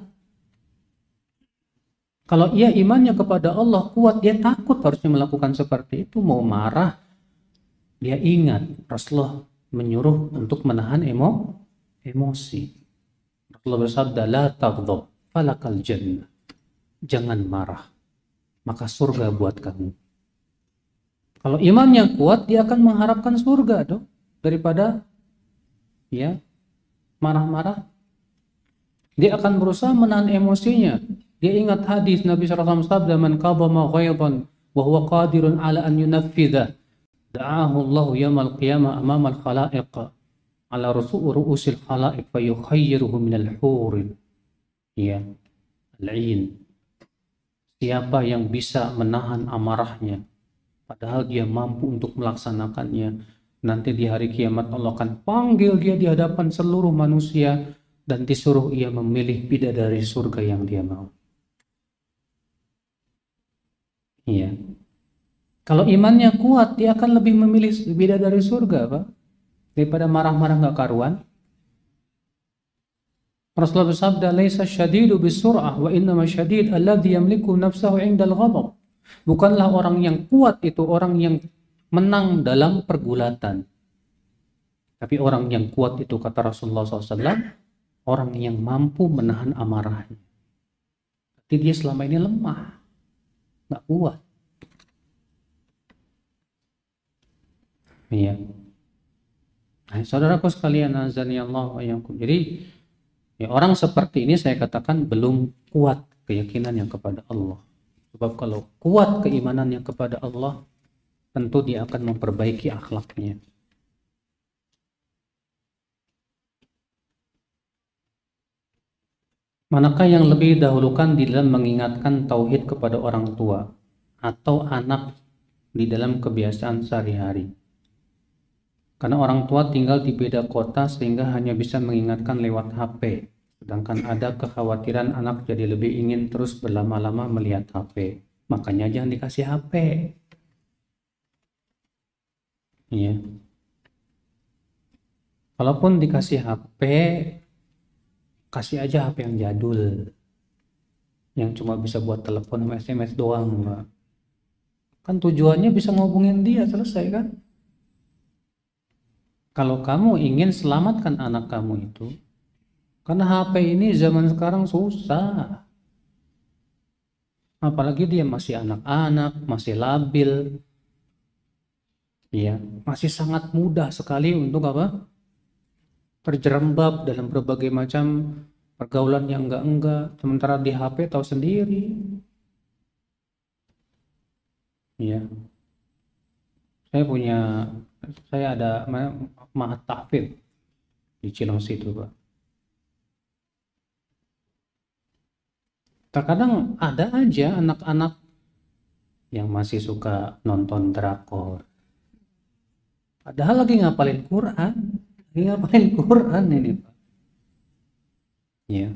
Kalau ia imannya kepada Allah kuat, dia takut harusnya melakukan seperti itu. Mau marah, dia ingat Rasulullah menyuruh untuk menahan emo, emosi. Rasulullah bersabda, la taghdab, falakal jannah. Jangan marah, maka surga buat kamu. Kalau imannya kuat, dia akan mengharapkan surga dong, daripada ya marah-marah. Dia akan berusaha menahan emosinya. Dia ingat hadis Nabi shallallahu alaihi wasallam, man qadama ghaidan wa huwa qadirun ala an yunaffidha da'ahu Allah yawmal qiyamah amama al-khalaiq ala ru'usil khalaiq fa yukhayyiruhu min al-hur ya al-'ain. Siapa yang bisa menahan amarahnya padahal dia mampu untuk melaksanakannya, nanti di hari kiamat Allah akan panggil dia di hadapan seluruh manusia dan disuruh ia memilih bidadari surga yang dia mau. Iya. Kalau imannya kuat, dia akan lebih memilih bidadari surga, Pak, daripada marah-marah nggak karuan. Rasulullah bersabda, "Laisa syadidu bisur'ah wa innama syadid alladhi yamliku nafsahu 'indal ghadab." Bukanlah orang yang kuat itu orang yang menang dalam pergulatan. Tapi orang yang kuat itu, kata Rasulullah shallallahu alaihi wasallam, orang yang mampu menahan amarahnya. Tapi dia selama ini lemah, nggak kuat. Iya. Nah, saudaraku sekalian, azani Allah wa iyyakum. Jadi, ya, orang seperti ini saya katakan belum kuat keyakinannya kepada Allah. Sebab kalau kuat keimanannya kepada Allah, tentu dia akan memperbaiki akhlaknya. Manakah yang lebih dahulukan di dalam mengingatkan tauhid kepada orang tua atau anak di dalam kebiasaan sehari-hari? Karena orang tua tinggal di beda kota sehingga hanya bisa mengingatkan lewat H P. Sedangkan ada kekhawatiran anak jadi lebih ingin terus berlama-lama melihat H P. Makanya jangan dikasih H P. Iya. Kalaupun dikasih H P, kasih aja H P yang jadul. Yang cuma bisa buat telepon sama S M S doang, Mbak. Kan tujuannya bisa ngobongin dia, selesai kan? Kalau kamu ingin selamatkan anak kamu itu, karena H P ini zaman sekarang susah. Apalagi dia masih anak-anak, masih labil. Ya, masih sangat mudah sekali untuk apa? Terjerembab dalam berbagai macam pergaulan yang enggak-enggak. Sementara di H P tahu sendiri. Ya. Saya punya, saya ada Mahat Tahfidz di Cilengsi itu, Pak. Terkadang ada aja anak-anak yang masih suka nonton drakor. Padahal lagi ngapalin Quran. Lagi ngapalin Quran ini, Pak. Ya.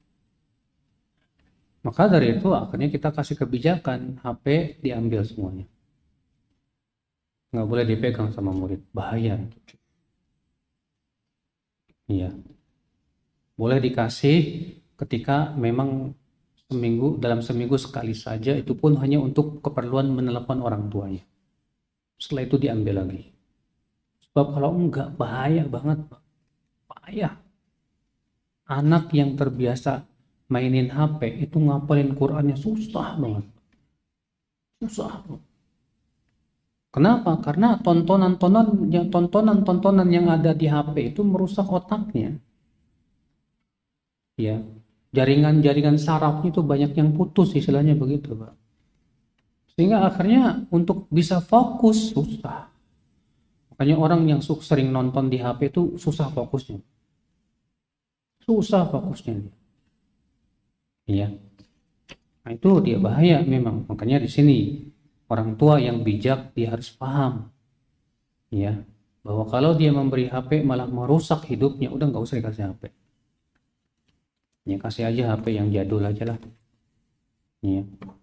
Maka dari itu akhirnya kita kasih kebijakan H P diambil semuanya. Nggak boleh dipegang sama murid, bahaya. Iya. Boleh dikasih ketika memang seminggu, dalam seminggu sekali saja, itu pun hanya untuk keperluan menelepon orang tuanya. Setelah itu diambil lagi. Sebab kalau enggak, bahaya banget, Pak. Bahaya. Anak yang terbiasa mainin H P itu ngapalin Qurannya susah banget. Susah. Kenapa? Karena tontonan-tontonan yang tontonan-tontonan yang ada di H P itu merusak otaknya. Ya, jaringan-jaringan sarafnya itu banyak yang putus, istilahnya begitu, Pak. Sehingga akhirnya untuk bisa fokus susah. Makanya orang yang sering nonton di H P itu susah fokusnya. Susah fokusnya. Iya. Nah, itu dia bahaya memang. Makanya di sini orang tua yang bijak dia harus paham, ya, bahwa kalau dia memberi H P malah merusak hidupnya, udah nggak usah dikasih H P. Ya kasih aja H P yang jadul aja lah. Ya.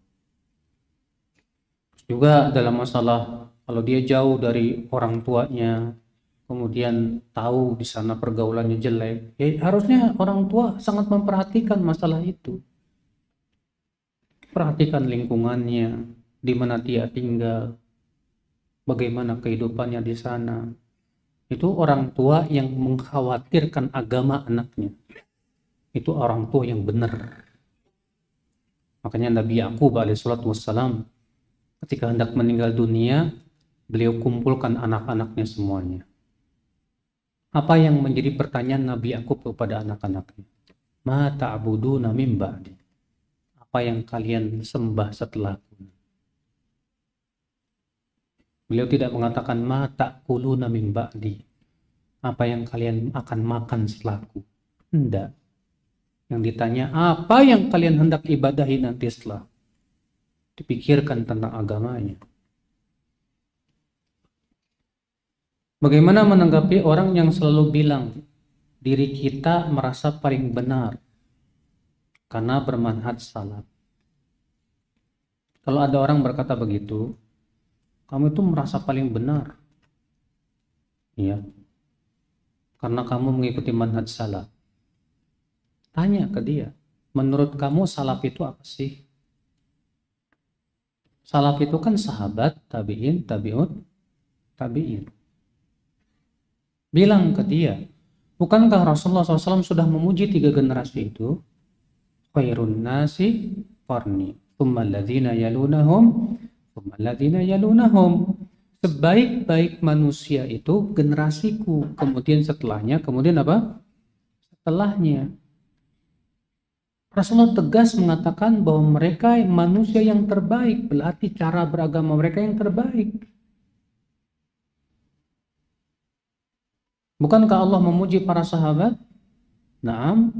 Juga dalam masalah kalau dia jauh dari orang tuanya, kemudian tahu di sana pergaulannya jelek, ya harusnya orang tua sangat memperhatikan masalah itu. Perhatikan lingkungannya, di mana dia tinggal, bagaimana kehidupannya di sana. Itu orang tua yang mengkhawatirkan agama anaknya. Itu orang tua yang benar. Makanya Nabi Yakub alaihissalatu wassalam ketika hendak meninggal dunia, beliau kumpulkan anak-anaknya semuanya. Apa yang menjadi pertanyaan Nabi Yakub kepada anak-anaknya? Ma ta'buduna min ba'di? Apa yang kalian sembah setelahku? Beliau tidak mengatakan ma ta'kuluna min ba'di, apa yang kalian akan makan setelahku. Tidak. Yang ditanya apa yang kalian hendak ibadahi nanti setelah. Dipikirkan tentang agamanya. Bagaimana menanggapi orang yang selalu bilang diri kita merasa paling benar karena bermanhaj salaf? Kalau ada orang berkata begitu, kamu itu merasa paling benar, ya, karena kamu mengikuti manhaj salaf. Tanya ke dia, menurut kamu salaf itu apa sih? Salaf itu kan sahabat, tabi'in, tabi'ut, tabi'in. Bilang ke dia, bukankah Rasulullah shallallahu alaihi wasallam sudah memuji tiga generasi itu? Khairun nasi qarni, tsumma alladzina yalunahum, tsumma alladzina yalunahum. Sebaik-baik manusia itu generasiku, kemudian setelahnya, kemudian apa? Setelahnya. Rasulullah tegas mengatakan bahwa mereka manusia yang terbaik, berarti cara beragama mereka yang terbaik. Bukankah Allah memuji para sahabat? Naam.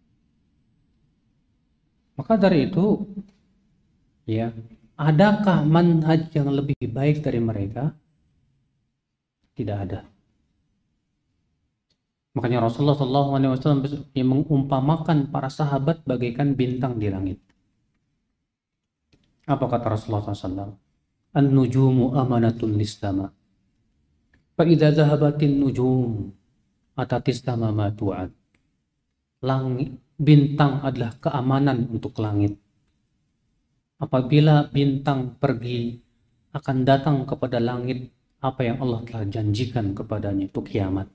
Maka dari itu, ya, adakah manhaj yang lebih baik dari mereka? Tidak ada. Makanya Rasulullah shallallahu alaihi wasallam mengumpamakan para sahabat bagaikan bintang di langit. Apa kata Rasulullah shallallahu alaihi wasallam? An-nujumu amanatun lis-sama. Fa idza dhahabatin nujum atatis sama ma tu'ad. Langit, bintang adalah keamanan untuk langit. Apabila bintang pergi, akan datang kepada langit apa yang Allah telah janjikan kepadanya, itu kiamat.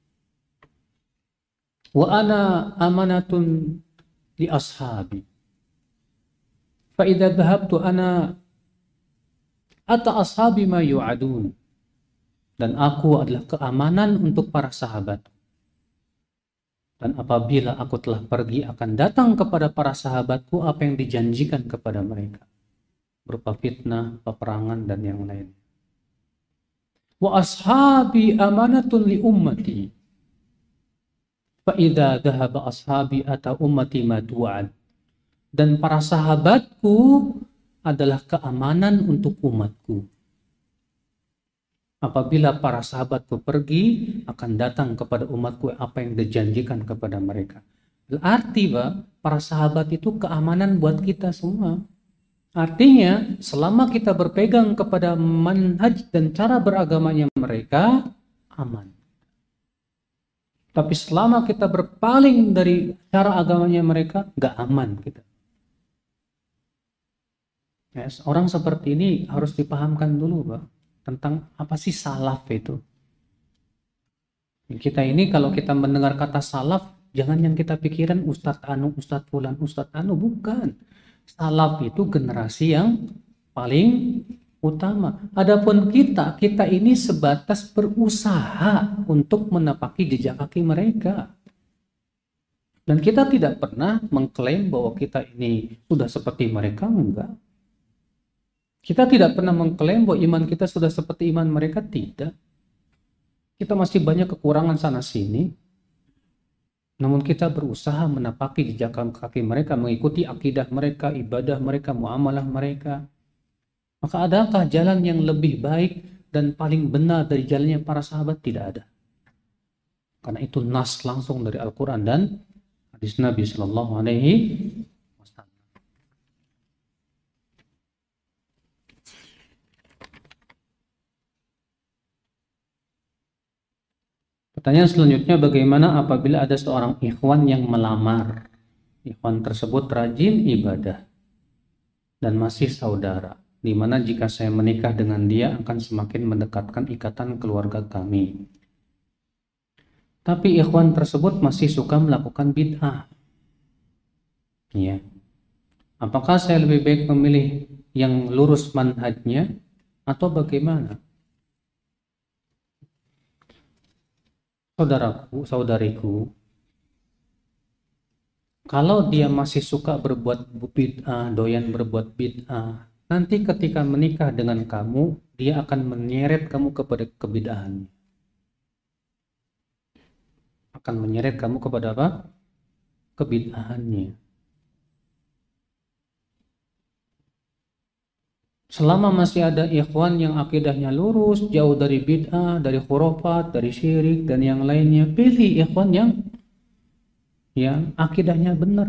Wa ana amanatun li ashabi. Fa idza dhahabtu ana ata ashabi ma yu'adun. Dan aku adalah keamanan untuk para sahabat. Dan apabila aku telah pergi, akan datang kepada para sahabatku apa yang dijanjikan kepada mereka, berupa fitnah, peperangan, dan yang lain. Wa ashabi amanatun li ummati. Fa idza dhahaba ashabi ata ummati ma tu'ad. Dan para sahabatku adalah keamanan untuk umatku. Apabila para sahabatku pergi, akan datang kepada umatku apa yang dijanjikan kepada mereka. Berarti, Pak, para sahabat itu keamanan buat kita semua. Artinya, selama kita berpegang kepada manhaj dan cara beragamanya mereka, aman. Tapi selama kita berpaling dari cara agamanya mereka, nggak aman kita. Yes, orang seperti ini harus dipahamkan dulu, Pak, tentang apa sih salaf itu. Kita ini kalau kita mendengar kata salaf, jangan yang kita pikiran Ustadz Anu, Ustadz Fulan, Ustadz Anu, bukan. Salaf itu generasi yang paling utama. Adapun kita, kita ini sebatas berusaha untuk menapaki jejak kaki mereka. Dan kita tidak pernah mengklaim bahwa kita ini sudah seperti mereka, enggak. Kita tidak pernah mengklaim bahwa iman kita sudah seperti iman mereka, tidak. Kita masih banyak kekurangan sana sini. Namun kita berusaha menapaki jejak kaki mereka, mengikuti akidah mereka, ibadah mereka, muamalah mereka. Maka adakah jalan yang lebih baik dan paling benar dari jalannya para sahabat? Tidak ada. Karena itu nas langsung dari Al-Quran dan hadis Nabi Sallallahu Alaihi Wasallam. Pertanyaan selanjutnya, bagaimana apabila ada seorang ikhwan yang melamar? Ikhwan tersebut rajin ibadah dan masih saudara, di mana jika saya menikah dengan dia akan semakin mendekatkan ikatan keluarga kami. Tapi ikhwan tersebut masih suka melakukan bid'ah. Ya. Apakah saya lebih baik memilih yang lurus manhajnya atau bagaimana? Saudaraku, saudariku, kalau dia masih suka berbuat bid'ah, doyan berbuat bid'ah, nanti ketika menikah dengan kamu, dia akan menyeret kamu kepada kebid'ahan. Akan menyeret kamu kepada apa? Kebid'ahannya. Selama masih ada ikhwan yang akidahnya lurus, jauh dari bid'ah, dari khurafat, dari syirik dan yang lainnya, pilih ikhwan yang yang akidahnya benar.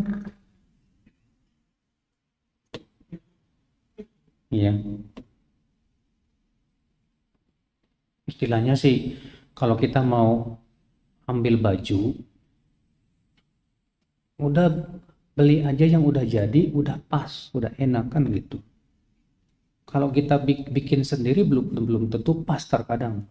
Ya. Istilahnya sih, kalau kita mau ambil baju, udah beli aja yang udah jadi, udah pas, udah enak kan gitu. Kalau kita bikin sendiri belum belum tentu pas terkadang.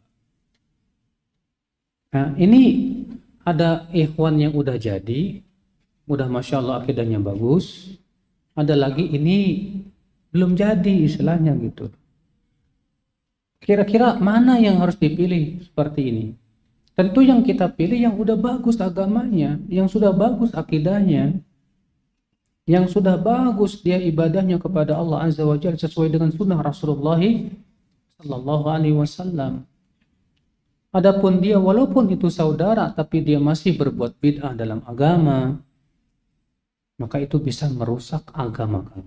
Nah, ini ada ikhwan yang udah jadi, udah masya Allah akidahnya bagus. Ada lagi ini belum jadi istilahnya gitu. Kira-kira mana yang harus dipilih seperti ini? Tentu yang kita pilih yang udah bagus agamanya, yang sudah bagus akidahnya, yang sudah bagus dia ibadahnya kepada Allah Azza wa Jalla sesuai dengan sunnah Rasulullah Sallallahu Alaihi Wasallam. Adapun dia walaupun itu saudara tapi dia masih berbuat bid'ah dalam agama, maka itu bisa merusak agama kamu.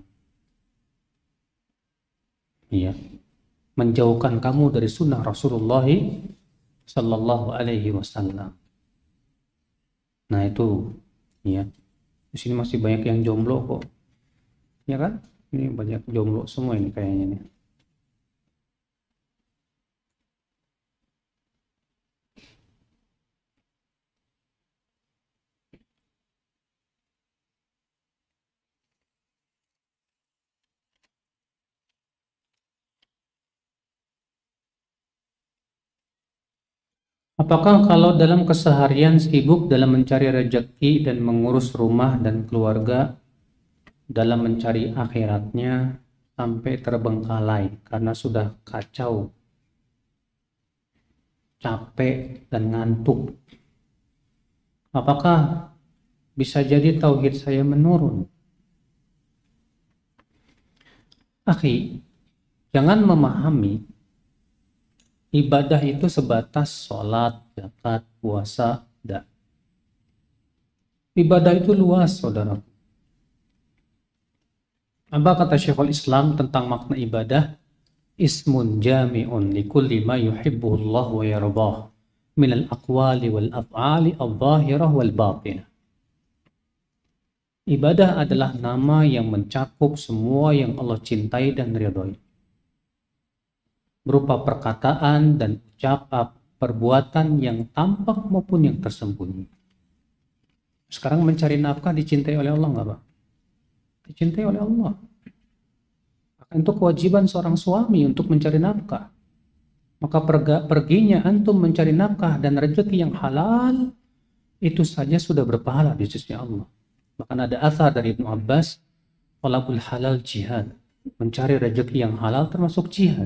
Iya, menjauhkan kamu dari sunnah Rasulullah Sallallahu Alaihi Wasallam. Nah itu, ya, di sini masih banyak yang jomblo kok, ya kan? Ini banyak jomblo semua ini kayaknya nih. Apakah kalau dalam keseharian sibuk dalam mencari rezeki dan mengurus rumah dan keluarga, dalam mencari akhiratnya sampai terbengkalai karena sudah kacau, capek dan ngantuk, apakah bisa jadi tauhid saya menurun? Akhi, jangan memahami ibadah itu sebatas sholat, zakat, puasa, tidak. Ibadah itu luas, saudara. Apa kata Syekhul Islam tentang makna ibadah? Ismun jami'un likulli ma yuhibbuhullah wa yardah minal aqwali wal af'ali al-zahirah wal batinah. Ibadah adalah nama yang mencakup semua yang Allah cintai dan ridhoi, berupa perkataan dan ucapan, perbuatan yang tampak maupun yang tersembunyi. Sekarang mencari nafkah dicintai oleh Allah nggak, Pak? Dicintai oleh Allah. Itu kewajiban seorang suami untuk mencari nafkah. Maka perga, perginya antum mencari nafkah dan rezeki yang halal, itu saja sudah berpahala di sisi Allah. Bahkan ada athar dari Ibnu Abbas, talabul halal jihad. Mencari rezeki yang halal termasuk jihad.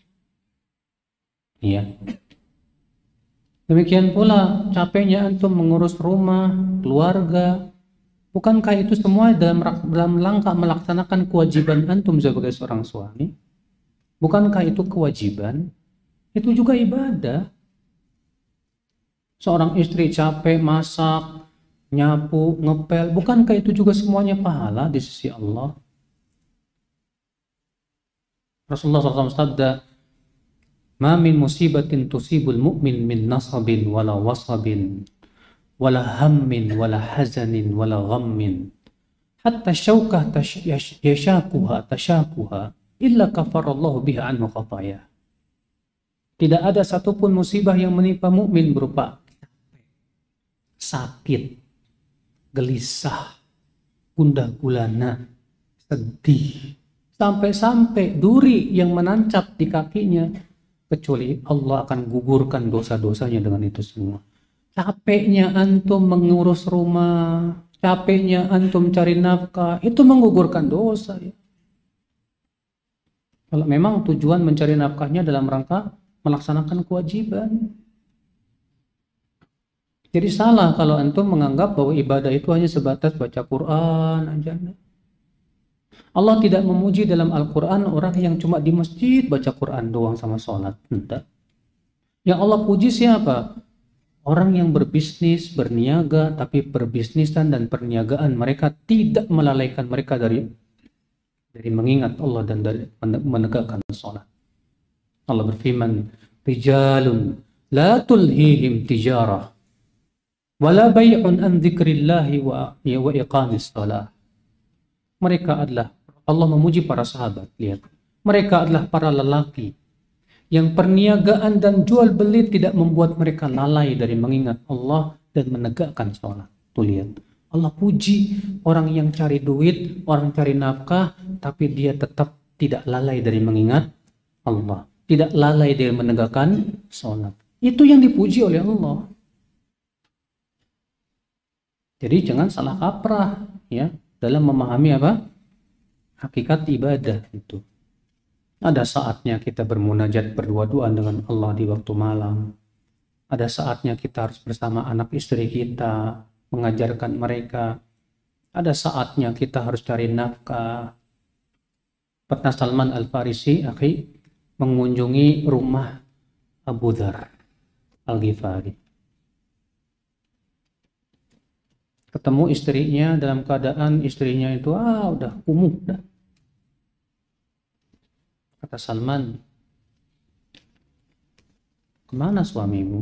Iya. Demikian pula capeknya antum mengurus rumah, keluarga. Bukankah itu semua dalam dalam rangka melaksanakan kewajiban antum sebagai seorang suami? Bukankah itu kewajiban? Itu juga ibadah. Seorang istri capek masak, nyapu, ngepel, bukankah itu juga semuanya pahala di sisi Allah? Rasulullah shallallahu alaihi wasallam sabda, "Ma min musibatin tusibul mu'min min nasabin wala wasabin wala hammin wala hazanin wala ghammin hatta syaukah yashakuha tashakuha illa kafarallahu biha anhu khataya." Tidak ada satupun musibah yang menimpa mukmin berupa sakit, gelisah, gundah gulana, sedih, sampai-sampai duri yang menancap di kakinya, kecuali Allah akan gugurkan dosa-dosanya dengan itu semua. Capeknya antum mengurus rumah, capeknya antum cari nafkah, itu menggugurkan dosa ya. Kalau memang tujuan mencari nafkahnya dalam rangka melaksanakan kewajiban. Jadi salah kalau antum menganggap bahwa ibadah itu hanya sebatas baca Quran aja. Allah tidak memuji dalam Al-Quran orang yang cuma di masjid baca Quran doang sama sholat. Entah. Yang Allah puji siapa? Orang yang berbisnis, berniaga, tapi perbisnisan dan perniagaan mereka tidak melalaikan mereka dari dari mengingat Allah dan dari menegakkan sholat. Allah berfirman, "Rijalun la tulhihim tijarah wala bay'un an dzikrillahi wa wa iqamis shalah." Mereka adalah, Allah memuji para sahabat, lihat. Mereka adalah para lelaki yang perniagaan dan jual beli tidak membuat mereka lalai dari mengingat Allah dan menegakkan sholat. Tuh lihat, Allah puji orang yang cari duit, orang cari nafkah, tapi dia tetap tidak lalai dari mengingat Allah, tidak lalai dari menegakkan sholat. Itu yang dipuji oleh Allah. Jadi jangan salah kaprah ya dalam memahami apa hakikat ibadah itu. Ada saatnya kita bermunajat berdua-duaan dengan Allah di waktu malam. Ada saatnya kita harus bersama anak istri kita, mengajarkan mereka. Ada saatnya kita harus cari nafkah. Pernah Salman Al-Farisi, akhi, mengunjungi rumah Abu Dzar Al-Ghifari. Ketemu istrinya dalam keadaan istrinya itu ah udah kumuh dah. Kata Salman, "Kemana suamimu?"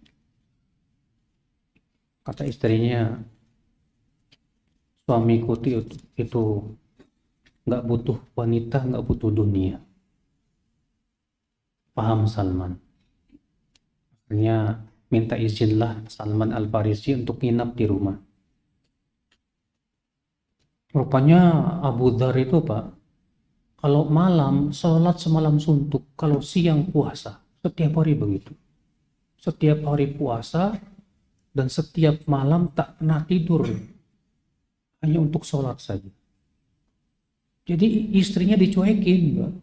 Kata istrinya, "Suamiku itu, itu nggak butuh wanita, nggak butuh dunia." Paham Salman. Akhirnya minta izinlah Salman Al-Farisi untuk nginap di rumah. Rupanya Abu Dzar itu Pak, kalau malam sholat semalam suntuk, kalau siang puasa, setiap hari begitu. Setiap hari puasa dan setiap malam tak pernah tidur, hanya untuk sholat saja. Jadi istrinya dicuekin Pak.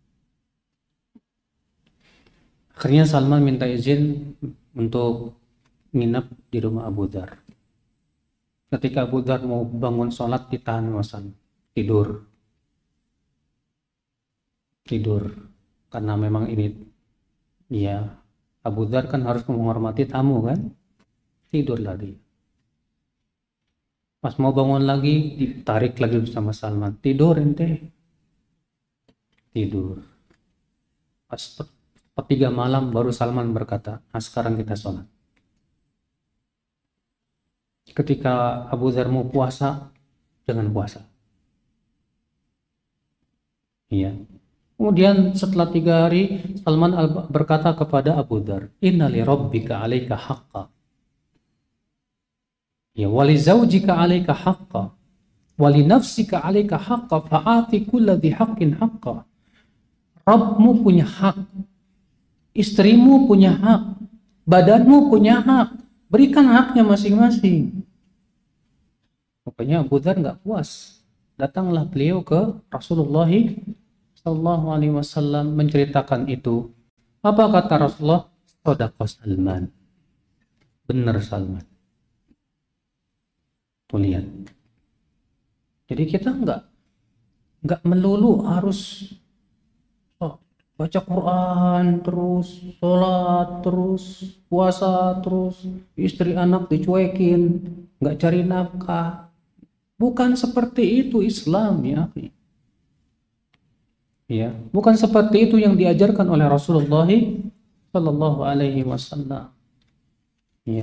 Akhirnya Salman minta izin untuk nginap di rumah Abu Dzar. Ketika Abu Dzar mau bangun sholat ditahan wasan, tidur, tidur, karena memang ini, ya Abu Dzar kan harus menghormati tamu kan, tidurlah dia. Pas mau bangun lagi ditarik lagi bersama Salman, tidur ente, tidur. Pas sepertiga malam baru Salman berkata, "Nah sekarang kita sholat." Ketika Abu Dzar mau puasa, jangan puasa. Iya. Kemudian setelah tiga hari, Salman berkata kepada Abu Dzar, "Inna li rabbika alaika haqqa. Ya wali zaujika alaika haqqa. Wali nafsika alaika haqqa. Fa'ati kulla dhi haqqin haqqa." Rabbmu punya hak. Istrimu punya hak. Badanmu punya hak. Berikan haknya masing-masing. Pokoknya Abu Dzar nggak puas. Datanglah beliau ke Rasulullah Sallallahu Alaihi Wasallam menceritakan itu, apa kata Rasulullah? Shadaqa Salman. Benar Salman. Tuh lihat. Jadi kita nggak nggak melulu harus oh, baca Quran terus, sholat terus, puasa terus, istri anak dicuekin, nggak cari nafkah. Bukan seperti itu Islam ya. Ya, bukan seperti itu yang diajarkan oleh Rasulullah Sallallahu Alaihi Wasallam. Ya.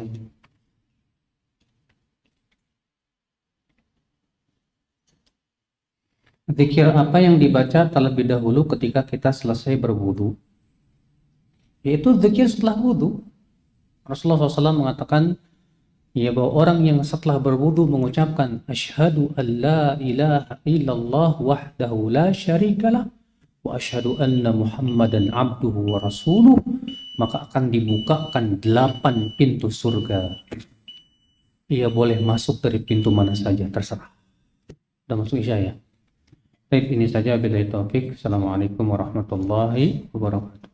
Zikir apa yang dibaca terlebih dahulu ketika kita selesai berwudu? Yaitu zikir setelah wudu. Rasulullah shallallahu alaihi wasallam mengatakan, ya, bahwa orang yang setelah berwudu mengucapkan asyhadu an la ilaha illallah wahdahu la syarikalah wa asyhadu anna muhammadan abduhu wa rasuluh, maka akan dibukakan delapan pintu surga. Ia boleh masuk dari pintu mana saja, terserah. Sudah masuk isya ya? Baik, ini saja, billahi taufik. Assalamualaikum warahmatullahi wabarakatuh.